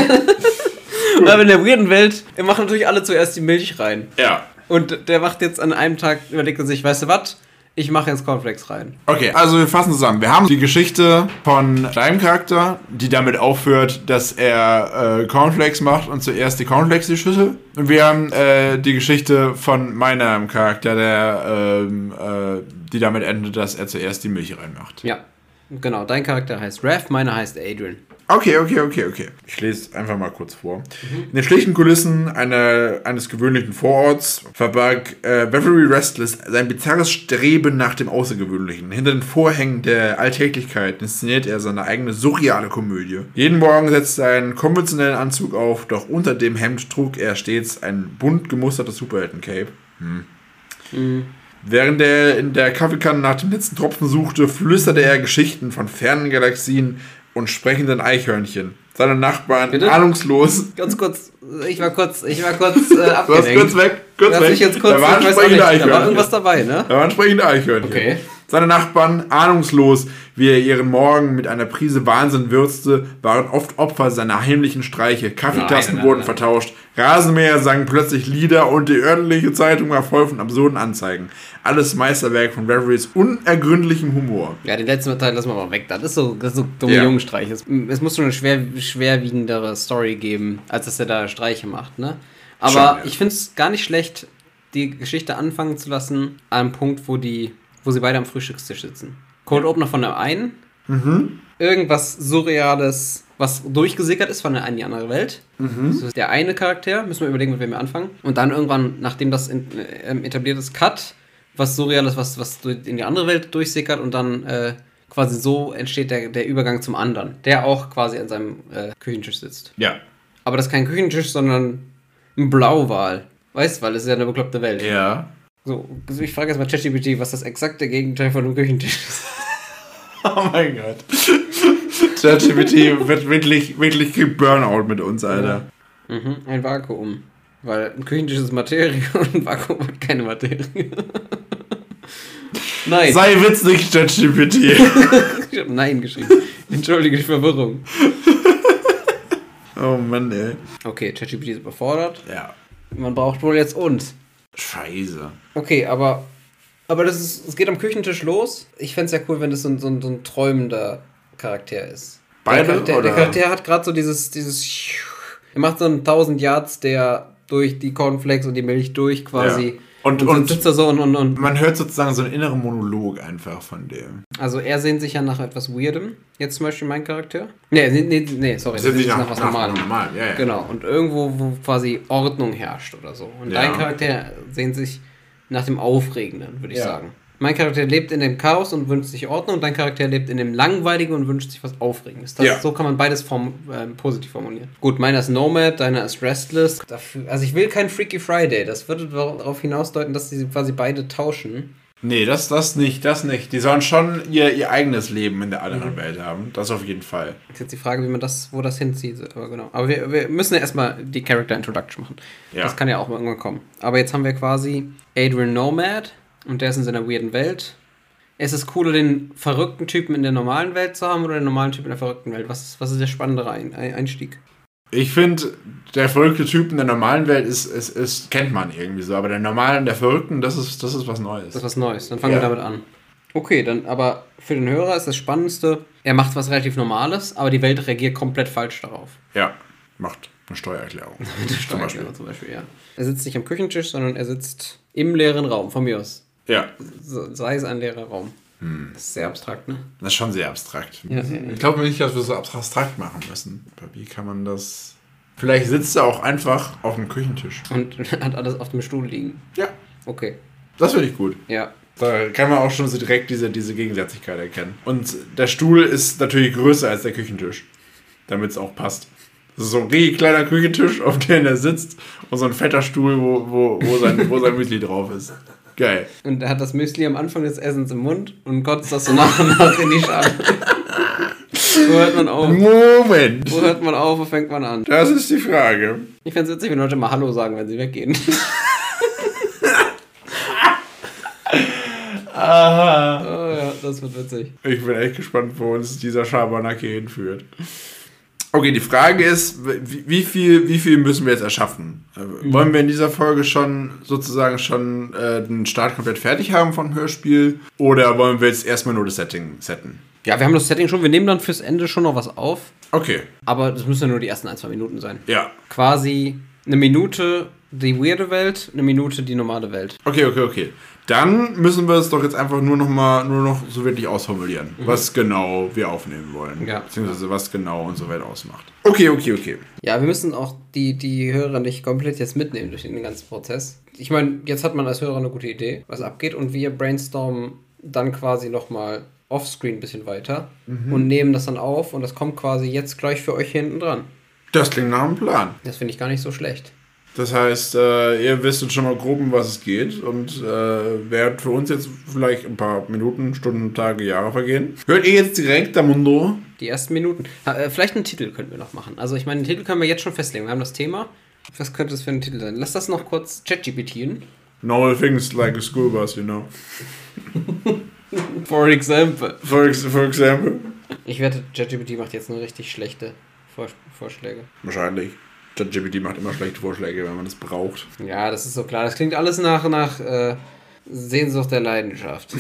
Aber in der weirden Welt machen natürlich alle zuerst die Milch rein. Ja. Und der macht jetzt an einem Tag, überlegt er sich, weißt du was? ich mache jetzt Cornflakes rein. Okay, also wir fassen zusammen. Wir haben die Geschichte von deinem Charakter, die damit aufhört, dass er äh, Cornflakes macht und zuerst die Cornflakes die Schüssel. Und wir haben äh, die Geschichte von meinem Charakter, der ähm, äh, die damit endet, dass er zuerst die Milch reinmacht. Ja, genau. Dein Charakter heißt Raph, meiner heißt Adrian. Okay, okay, okay, okay. Ich lese einfach mal kurz vor. Mhm. In den schlichten Kulissen eine, eines gewöhnlichen Vororts verbarg äh, Beverly Restless sein bizarres Streben nach dem Außergewöhnlichen. Hinter den Vorhängen der Alltäglichkeit inszeniert er seine eigene surreale Komödie. Jeden Morgen setzte er einen konventionellen Anzug auf, doch unter dem Hemd trug er stets ein bunt gemustertes Superhelden-Cape. Hm. Mhm. Während er in der Kaffeekanne nach dem letzten Tropfen suchte, flüsterte er Geschichten von fernen Galaxien und sprechenden Eichhörnchen. Seine Nachbarn Bitte? ahnungslos. Ganz kurz, ich war kurz, ich war kurz äh, abgelenkt. Du warst kurz weg, kurz du hast weg. Mich jetzt kurz, da waren ich weiß sprechende nicht, Eichhörnchen. Da war irgendwas dabei, ne? Da waren sprechende Eichhörnchen. Okay. Seine Nachbarn, ahnungslos, wie er ihren Morgen mit einer Prise Wahnsinn würzte, waren oft Opfer seiner heimlichen Streiche. Kaffeetassen nein, nein, wurden nein. vertauscht, Rasenmäher sangen plötzlich Lieder und die örtliche Zeitung war voll von absurden Anzeigen. Alles Meisterwerk von Reverys unergründlichem Humor. Ja, den letzten Teil lassen wir mal weg. Das ist so, das ist so dumme Ja. Jungenstreiche. Es, es muss schon eine schwer, schwerwiegendere Story geben, als dass er da Streiche macht, ne? Aber Schon, ja. ich finde es gar nicht schlecht, die Geschichte anfangen zu lassen, an einem Punkt, wo die, wo sie beide am Frühstückstisch sitzen. Cold Opener von der einen, Mhm. irgendwas Surreales, was durchgesickert ist von der einen in die andere Welt. Mhm. Das ist der eine Charakter, müssen wir überlegen, mit wem wir anfangen. Und dann irgendwann, nachdem das in, äh, etabliert ist, Cut, was Surreales, was, was in die andere Welt durchsickert und dann äh, quasi so entsteht der, der Übergang zum anderen, der auch quasi an seinem äh, Küchentisch sitzt. Ja. Aber das ist kein Küchentisch, sondern ein Blauwal. Weißt du, weil es ist ja eine bekloppte Welt. Ja. So, also ich frage jetzt mal ChatGPT, was das exakte Gegenteil von einem Küchentisch ist. Oh mein Gott. ChatGPT wird wirklich, wirklich Burnout mit uns, Alter. Ja. Mhm, ein Vakuum. Weil ein Küchentisch ist Materie und ein Vakuum hat keine Materie. Nein. Sei witzig, ChatGPT. Ich hab Nein geschrieben. Entschuldige die Verwirrung. Oh Mann, ey. Okay, ChatGPT ist überfordert. Ja. Man braucht wohl jetzt uns. Scheiße. Okay, aber, aber das ist, es geht am Küchentisch los. Ich fände es ja cool, wenn das so ein, so ein, so ein träumender Charakter ist. Beide, der, Charakter, oder? der Charakter hat gerade so dieses, dieses. Er macht so einen tausend Yards, der durch die Cornflakes und die Milch durch quasi. Ja. Und, und, und, und sitzt da so und, und, und. man hört sozusagen so einen inneren Monolog einfach von dem. Also er sehnt sich ja nach etwas Weirdem. Jetzt zum Beispiel mein Charakter. Nee, nee, nee, nee sorry. Das Er sehnt sehnt sich sich nach, nach was nach Normalem. normal, ja, ja. Genau. Und irgendwo, wo quasi Ordnung herrscht oder so. Und Ja. dein Charakter sehnt sich nach dem Aufregenden, würde ich Ja. sagen. Mein Charakter lebt in dem Chaos und wünscht sich Ordnung und dein Charakter lebt in dem Langweiligen und wünscht sich was Aufregendes. Das, Ja. So kann man beides form, äh, positiv formulieren. Gut, meiner ist Nomad, deiner ist Restless. Dafür, also ich will kein Freaky Friday. Das würde darauf hinausdeuten, dass sie quasi beide tauschen. Nee, das, das nicht, das nicht. Die sollen schon ihr, ihr eigenes Leben in der anderen Mhm. Welt haben. Das auf jeden Fall. Ist jetzt die Frage, wie man das, wo das hinzieht. Aber genau. Aber wir, wir müssen ja erstmal die Character Introduction machen. Ja. Das kann ja auch mal irgendwann kommen. Aber jetzt haben wir quasi Adrian Nomad und der ist in seiner weirden Welt. Ist es cooler, den verrückten Typen in der normalen Welt zu haben oder den normalen Typen in der verrückten Welt? Was ist, was ist der spannendere Ein Einstieg? Ich finde, der verrückte Typ in der normalen Welt ist, ist, ist, kennt man irgendwie so, aber der normalen, der Verrückten, das ist, das ist was Neues. Das ist was Neues. Dann fangen Ja. wir damit an. Okay, dann aber für den Hörer ist das Spannendste, er macht was relativ Normales, aber die Welt reagiert komplett falsch darauf. Ja, macht eine Steuererklärung. zum Beispiel. Zum Beispiel, ja. Er sitzt nicht am Küchentisch, sondern er sitzt im leeren Raum, von mir aus. Ja, So, sei es ein leerer Raum. Hm. Das ist sehr abstrakt, ne? das ist schon sehr abstrakt. Ja, ja, ja. Ich glaube nicht, dass wir so abstrakt machen müssen. Aber wie kann man das... Vielleicht sitzt er auch einfach auf dem Küchentisch. Und hat alles auf dem Stuhl liegen. Ja, Okay, das finde ich gut. ja. Da kann man auch schon so direkt diese, diese Gegensätzlichkeit erkennen. Und der Stuhl ist natürlich größer als der Küchentisch, damit es auch passt. Das ist so ein richtig kleiner Küchentisch, auf dem er sitzt, und so ein fetter Stuhl, wo, wo, wo, sein, wo sein Müsli drauf ist. Geil. Und er hat das Müsli am Anfang des Essens im Mund und kotzt das so nach und nach in die Schale. Wo hört man auf? Moment. Wo hört man auf, wo fängt man an? Das ist die Frage. Ich fände es witzig, wenn Leute mal Hallo sagen, wenn sie weggehen. Aha. Oh ja, das wird witzig. Ich bin echt gespannt, wo uns dieser Schabernack hier hinführt. Okay, die Frage ist, wie, wie, viel, wie viel müssen wir jetzt erschaffen? Mhm. Wollen wir in dieser Folge schon sozusagen schon äh, den Start komplett fertig haben von dem Hörspiel? Oder wollen wir jetzt erstmal nur das Setting setten? Ja, wir haben das Setting schon. Wir nehmen dann fürs Ende schon noch was auf. Okay. Aber das müssen ja nur die ersten ein, zwei Minuten sein. Ja. Quasi eine Minute die weirde Welt, eine Minute die normale Welt. Okay, okay, okay. Dann müssen wir es doch jetzt einfach nur noch mal nur noch so wirklich ausformulieren, mhm. was genau wir aufnehmen wollen. Ja. Beziehungsweise was genau unsere Welt ausmacht. Okay, okay, okay. Ja, wir müssen auch die, die Hörer nicht komplett jetzt mitnehmen durch den ganzen Prozess. Ich meine, jetzt hat man als Hörer eine gute Idee, was abgeht, und wir brainstormen dann quasi nochmal offscreen ein bisschen weiter mhm. und nehmen das dann auf, und das kommt quasi jetzt gleich für euch hinten dran. Das klingt nach einem Plan. Das finde ich gar nicht so schlecht. Das heißt, äh, ihr wisst jetzt schon mal grob, um was es geht, und äh, während für uns jetzt vielleicht ein paar Minuten, Stunden, Tage, Jahre vergehen. Hört ihr jetzt direkt Amundo? Die ersten Minuten. Ha, äh, vielleicht einen Titel könnten wir noch machen. Also ich meine, den Titel können wir jetzt schon festlegen. Wir haben das Thema. Was könnte es für ein Titel sein? Lass das noch kurz ChatGPTen. Normal things like a school bus, you know. For example. For, ex for example. Ich wette, ChatGPT macht jetzt nur richtig schlechte Vor Vorschläge. Wahrscheinlich. ChatGPT macht immer schlechte Vorschläge, wenn man das braucht. Ja, das ist so klar. Das klingt alles nach, nach äh, Sehnsucht der Leidenschaft.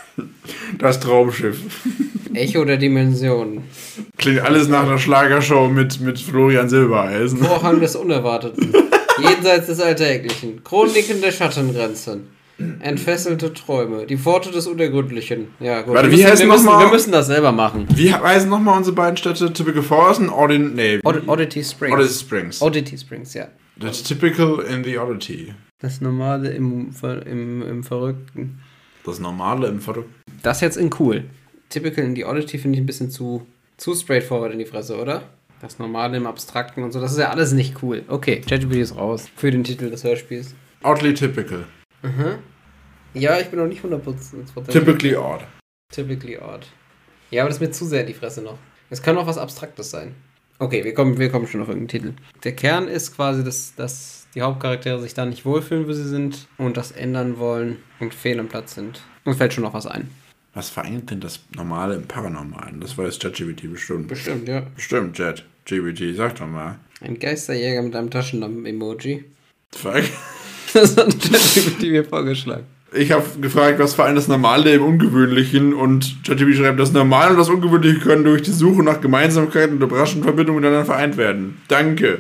Das Traumschiff. Echo der Dimensionen. Klingt alles nach einer Schlagershow mit, mit Florian Silbereisen. Vorhang des Unerwarteten. Jenseits des Alltäglichen. Chroniken der Schattengrenzen. Entfesselte Träume. Die Pforte des Unergründlichen. Ja, gut. Warte, wir, wie müssen, heißen wir, noch müssen, mal? wir müssen das selber machen. Wie heißen nochmal unsere beiden Städte? Typical Forest und Audin... Nee. Odd Oddity Springs. Oddity Springs. Oddity Springs, ja. That's typical in the Oddity. Das Normale im, im, im Verrückten. Das Normale im Verrückten. Das jetzt in cool. Typical in the Oddity finde ich ein bisschen zu, zu straightforward in die Fresse, oder? Das Normale im Abstrakten und so, das ist ja alles nicht cool. Okay, ChatGPT ist raus. Für den Titel des Hörspiels. Oddly typical. Mhm. Ja, ich bin noch nicht hundert Prozent. Typically odd. Typically odd. Ja, aber das ist mir zu sehr in die Fresse noch. Es kann auch was Abstraktes sein. Okay, wir kommen, wir kommen schon auf irgendeinen Titel. Der Kern ist quasi, dass, dass die Hauptcharaktere sich da nicht wohlfühlen, wo sie sind, und das ändern wollen und fehl am Platz sind. Uns fällt schon noch was ein. Was vereint denn das Normale im Paranormalen? Das weiß ChatGPT bestimmt. Bestimmt, ja. Bestimmt, ChatGPT. Sag doch mal. Ein Geisterjäger mit einem Taschenlampen-Emoji. Fuck. Das hat ChatGPT mir vorgeschlagen. Ich habe gefragt, was vereint das Normale im Ungewöhnlichen, und ChatGPT schreibt, das Normale und das Ungewöhnliche können durch die Suche nach Gemeinsamkeiten und überraschenden Verbindungen miteinander vereint werden. Danke.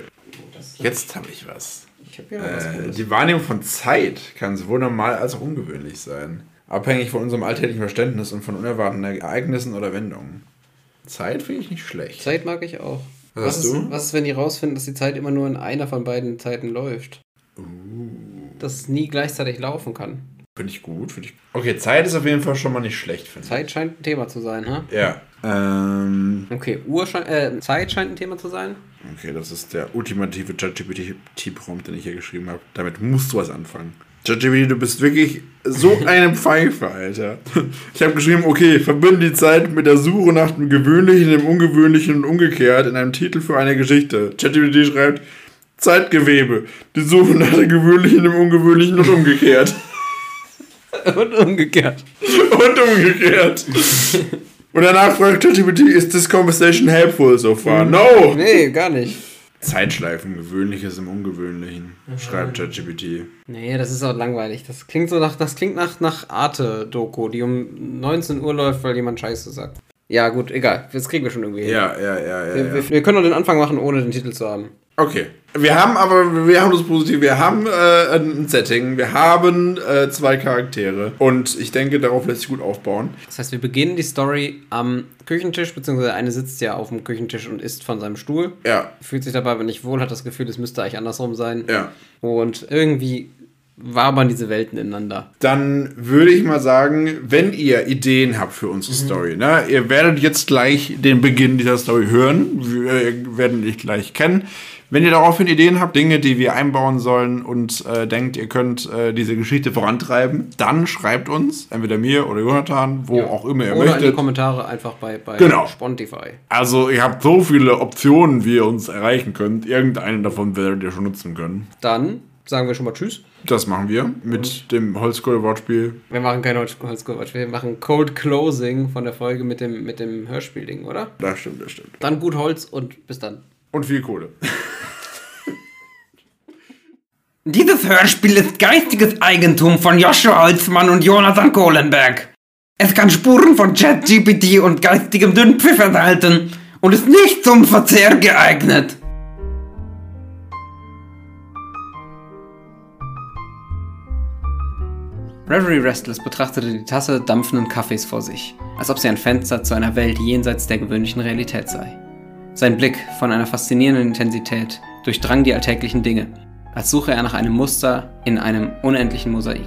Jetzt habe ich was. Ich hab hier noch was äh, die Wahrnehmung von Zeit kann sowohl normal als auch ungewöhnlich sein. Abhängig von unserem alltäglichen Verständnis und von unerwarteten Ereignissen oder Wendungen. Zeit finde ich nicht schlecht. Zeit mag ich auch. Was, was hast ist, du? Was ist, wenn die rausfinden, dass die Zeit immer nur in einer von beiden Zeiten läuft? Uh. Dass es nie gleichzeitig laufen kann. Finde ich gut. Find ich... Okay, Zeit ist auf jeden Fall schon mal nicht schlecht, finde ich. Zeit scheint ein Thema zu sein, ha? Ja. Ähm... Okay, Uhr scheint, äh, Zeit scheint ein Thema zu sein. Okay, das ist der ultimative ChatGPT-Prompt, den ich hier geschrieben habe. Damit musst du was anfangen. ChatGPT, du bist wirklich so eine Pfeife, Alter. Ich habe geschrieben, okay, verbinde die Zeit mit der Suche nach dem Gewöhnlichen, dem Ungewöhnlichen und umgekehrt in einem Titel für eine Geschichte. ChatGPT schreibt, Zeitgewebe, die Suche nach dem Gewöhnlichen, dem Ungewöhnlichen und umgekehrt. Und umgekehrt. Und umgekehrt. Und danach fragt ChatGPT, is this conversation helpful so far? No! Nee, gar nicht. Zeitschleifen, Gewöhnliches im Ungewöhnlichen, mhm. schreibt ChatGPT. Nee, das ist auch langweilig. Das klingt so nach, das klingt nach, nach Arte-Doku, die um neunzehn Uhr läuft, weil jemand Scheiße sagt. Ja, gut, egal. Das kriegen wir schon irgendwie hin. Ja, ja, ja, ja. Wir, ja. wir, wir können auch den Anfang machen, ohne den Titel zu haben. Okay. Wir haben aber, wir haben das Positive, wir haben äh, ein Setting, wir haben äh, zwei Charaktere, und ich denke, darauf lässt sich gut aufbauen. Das heißt, wir beginnen die Story am Küchentisch, beziehungsweise eine sitzt ja auf dem Küchentisch und isst von seinem Stuhl. Ja. Fühlt sich dabei aber nicht wohl, hat das Gefühl, es müsste eigentlich andersrum sein. Ja. Und irgendwie wabern diese Welten ineinander. Dann würde ich mal sagen, wenn ihr Ideen habt für unsere mhm. Story, ne, ihr werdet jetzt gleich den Beginn dieser Story hören, wir werden dich gleich kennen. Wenn ihr daraufhin Ideen habt, Dinge, die wir einbauen sollen, und äh, denkt, ihr könnt äh, diese Geschichte vorantreiben, dann schreibt uns, entweder mir oder Jonathan, wo ja. auch immer ihr oder möchtet. Oder in die Kommentare einfach bei, bei genau. Spotify. Also ihr habt so viele Optionen, wie ihr uns erreichen könnt. Irgendeine davon werdet ihr schon nutzen können. Dann sagen wir schon mal Tschüss. Das machen wir mit Und? dem Holzkohle-Wortspiel. Wir machen kein Holzkohle-Wortspiel, wir machen Cold Closing von der Folge mit dem, mit dem Hörspielding, oder? Das stimmt, das stimmt. Dann gut Holz und bis dann. Und viel Kohle. Dieses Hörspiel ist geistiges Eigentum von Joshua Holzmann und Jonathan Kohlenberg. Es kann Spuren von ChatGPT und geistigem Dünnpfiff enthalten und ist nicht zum Verzehr geeignet. Reverie Restless betrachtete die Tasse dampfenden Kaffees vor sich, als ob sie ein Fenster zu einer Welt jenseits der gewöhnlichen Realität sei. Sein Blick, von einer faszinierenden Intensität, durchdrang die alltäglichen Dinge, als suche er nach einem Muster in einem unendlichen Mosaik.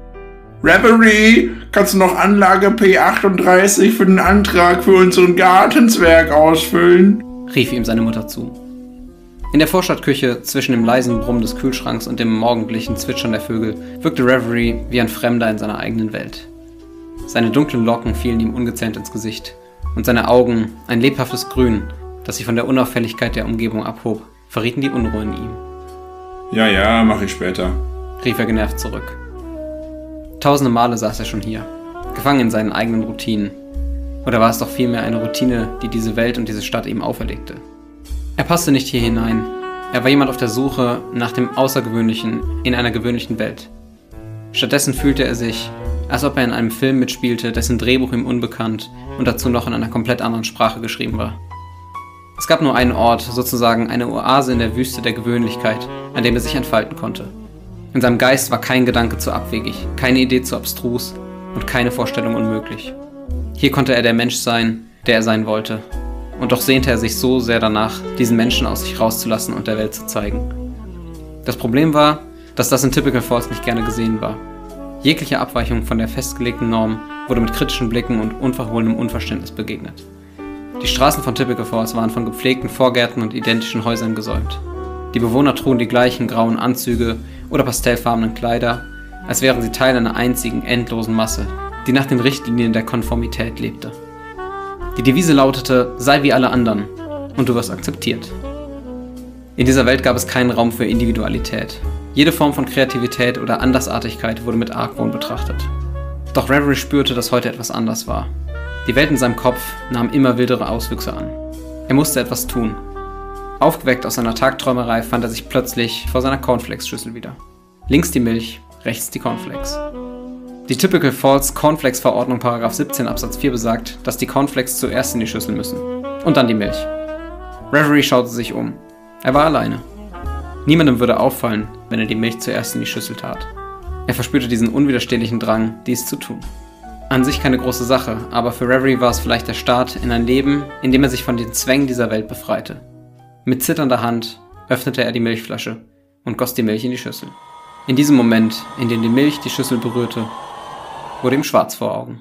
Reverie, kannst du noch Anlage P achtunddreißig für den Antrag für unseren Gartenzwerg ausfüllen? Rief ihm seine Mutter zu. In der Vorstadtküche, zwischen dem leisen Brummen des Kühlschranks und dem morgendlichen Zwitschern der Vögel, wirkte Reverie wie ein Fremder in seiner eigenen Welt. Seine dunklen Locken fielen ihm ungezähmt ins Gesicht und seine Augen, ein lebhaftes Grün, das sich von der Unauffälligkeit der Umgebung abhob, verrieten die Unruhe in ihm. Ja, ja, mach ich später, rief er genervt zurück. Tausende Male saß er schon hier, gefangen in seinen eigenen Routinen. Oder war es doch vielmehr eine Routine, die diese Welt und diese Stadt ihm auferlegte? Er passte nicht hier hinein. Er war jemand auf der Suche nach dem Außergewöhnlichen in einer gewöhnlichen Welt. Stattdessen fühlte er sich, als ob er in einem Film mitspielte, dessen Drehbuch ihm unbekannt und dazu noch in einer komplett anderen Sprache geschrieben war. Es gab nur einen Ort, sozusagen eine Oase in der Wüste der Gewöhnlichkeit, an dem er sich entfalten konnte. In seinem Geist war kein Gedanke zu abwegig, keine Idee zu abstrus und keine Vorstellung unmöglich. Hier konnte er der Mensch sein, der er sein wollte. Und doch sehnte er sich so sehr danach, diesen Menschen aus sich rauszulassen und der Welt zu zeigen. Das Problem war, dass das in Typical Falls nicht gerne gesehen war. Jegliche Abweichung von der festgelegten Norm wurde mit kritischen Blicken und unverhohlenem Unverständnis begegnet. Die Straßen von Typical Falls waren von gepflegten Vorgärten und identischen Häusern gesäumt. Die Bewohner trugen die gleichen grauen Anzüge oder pastellfarbenen Kleider, als wären sie Teil einer einzigen, endlosen Masse, die nach den Richtlinien der Konformität lebte. Die Devise lautete, sei wie alle anderen und du wirst akzeptiert. In dieser Welt gab es keinen Raum für Individualität. Jede Form von Kreativität oder Andersartigkeit wurde mit Argwohn betrachtet. Doch Reverie spürte, dass heute etwas anders war. Die Welt in seinem Kopf nahm immer wildere Auswüchse an. Er musste etwas tun. Aufgeweckt aus seiner Tagträumerei fand er sich plötzlich vor seiner Cornflakes-Schüssel wieder. Links die Milch, rechts die Cornflakes. Die Typical Falls Cornflakes-Verordnung Paragraph siebzehn Absatz vier besagt, dass die Cornflakes zuerst in die Schüssel müssen. Und dann die Milch. Reverie schaute sich um. Er war alleine. Niemandem würde auffallen, wenn er die Milch zuerst in die Schüssel tat. Er verspürte diesen unwiderstehlichen Drang, dies zu tun. An sich keine große Sache, aber für Reverie war es vielleicht der Start in ein Leben, in dem er sich von den Zwängen dieser Welt befreite. Mit zitternder Hand öffnete er die Milchflasche und goss die Milch in die Schüssel. In diesem Moment, in dem die Milch die Schüssel berührte, wurde ihm schwarz vor Augen.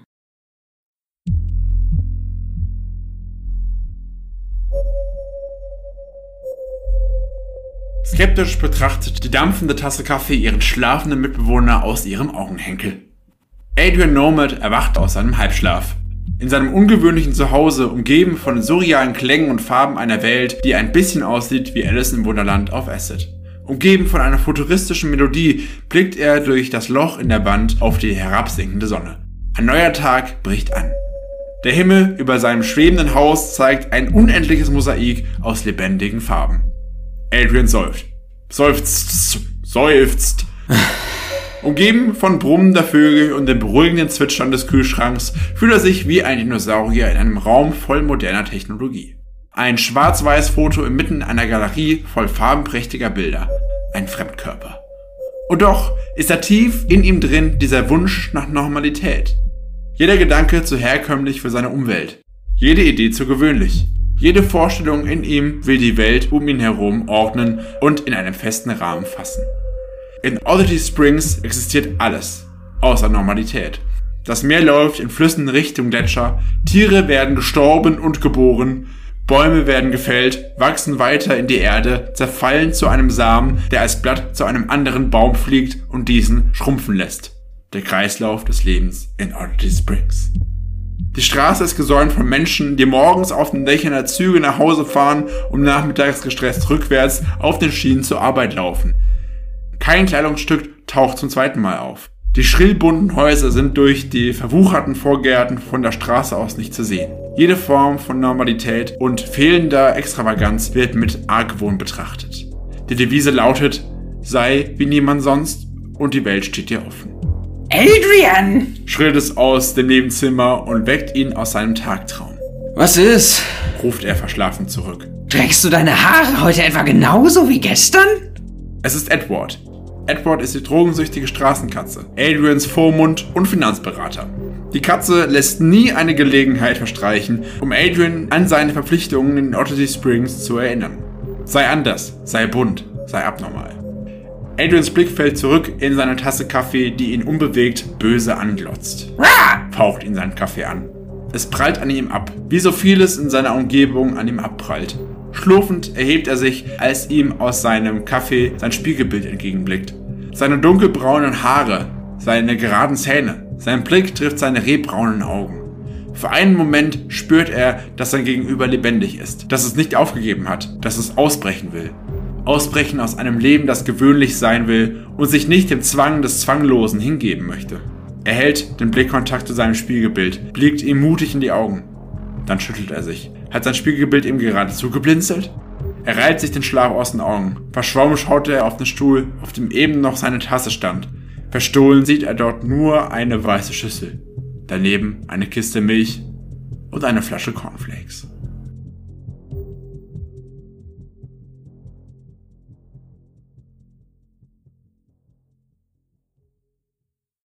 Skeptisch betrachtet die dampfende Tasse Kaffee ihren schlafenden Mitbewohner aus ihrem Augenhenkel. Adrian Nomad erwacht aus seinem Halbschlaf. In seinem ungewöhnlichen Zuhause, umgeben von surrealen Klängen und Farben einer Welt, die ein bisschen aussieht wie Alice im Wunderland auf Acid. Umgeben von einer futuristischen Melodie blickt er durch das Loch in der Wand auf die herabsinkende Sonne. Ein neuer Tag bricht an. Der Himmel über seinem schwebenden Haus zeigt ein unendliches Mosaik aus lebendigen Farben. Adrian seufzt. Seufzt. Seufzt. Umgeben von brummender Vögel und dem beruhigenden Zwitschern des Kühlschranks fühlt er sich wie ein Dinosaurier in einem Raum voll moderner Technologie. Ein Schwarz-Weiß-Foto inmitten einer Galerie voll farbenprächtiger Bilder. Ein Fremdkörper. Und doch ist da tief in ihm drin dieser Wunsch nach Normalität. Jeder Gedanke zu herkömmlich für seine Umwelt. Jede Idee zu gewöhnlich. Jede Vorstellung in ihm will die Welt um ihn herum ordnen und in einem festen Rahmen fassen. In Oddity Springs existiert alles, außer Normalität. Das Meer läuft in Flüssen Richtung Gletscher, Tiere werden gestorben und geboren, Bäume werden gefällt, wachsen weiter in die Erde, zerfallen zu einem Samen, der als Blatt zu einem anderen Baum fliegt und diesen schrumpfen lässt. Der Kreislauf des Lebens in Oddity Springs. Die Straße ist gesäumt von Menschen, die morgens auf den Dächern der Züge nach Hause fahren und nachmittags gestresst rückwärts auf den Schienen zur Arbeit laufen. Kein Kleidungsstück taucht zum zweiten Mal auf. Die schrillbunten Häuser sind durch die verwucherten Vorgärten von der Straße aus nicht zu sehen. Jede Form von Normalität und fehlender Extravaganz wird mit Argwohn betrachtet. Die Devise lautet, sei wie niemand sonst und die Welt steht dir offen. Adrian! Schrillt es aus dem Nebenzimmer und weckt ihn aus seinem Tagtraum. Was ist? Ruft er verschlafen zurück. Trägst du deine Haare heute etwa genauso wie gestern? Es ist Edward. Edward ist die drogensüchtige Straßenkatze, Adrians Vormund und Finanzberater. Die Katze lässt nie eine Gelegenheit verstreichen, um Adrian an seine Verpflichtungen in Ottersea Springs zu erinnern. Sei anders, sei bunt, sei abnormal. Adrians Blick fällt zurück in seine Tasse Kaffee, die ihn unbewegt böse anglotzt. Faucht ihn seinen Kaffee an. Es prallt an ihm ab, wie so vieles in seiner Umgebung an ihm abprallt. Schlurfend erhebt er sich, als ihm aus seinem Kaffee sein Spiegelbild entgegenblickt. Seine dunkelbraunen Haare, seine geraden Zähne, sein Blick trifft seine rehbraunen Augen. Für einen Moment spürt er, dass sein Gegenüber lebendig ist, dass es nicht aufgegeben hat, dass es ausbrechen will. Ausbrechen aus einem Leben, das gewöhnlich sein will und sich nicht dem Zwang des Zwanglosen hingeben möchte. Er hält den Blickkontakt zu seinem Spiegelbild, blickt ihm mutig in die Augen. Dann schüttelt er sich. Hat sein Spiegelbild ihm gerade zugeblinzelt? Er reibt sich den Schlaf aus den Augen. Verschwommen schaut er auf den Stuhl, auf dem eben noch seine Tasse stand. Verstohlen sieht er dort nur eine weiße Schüssel. Daneben eine Kiste Milch und eine Flasche Cornflakes.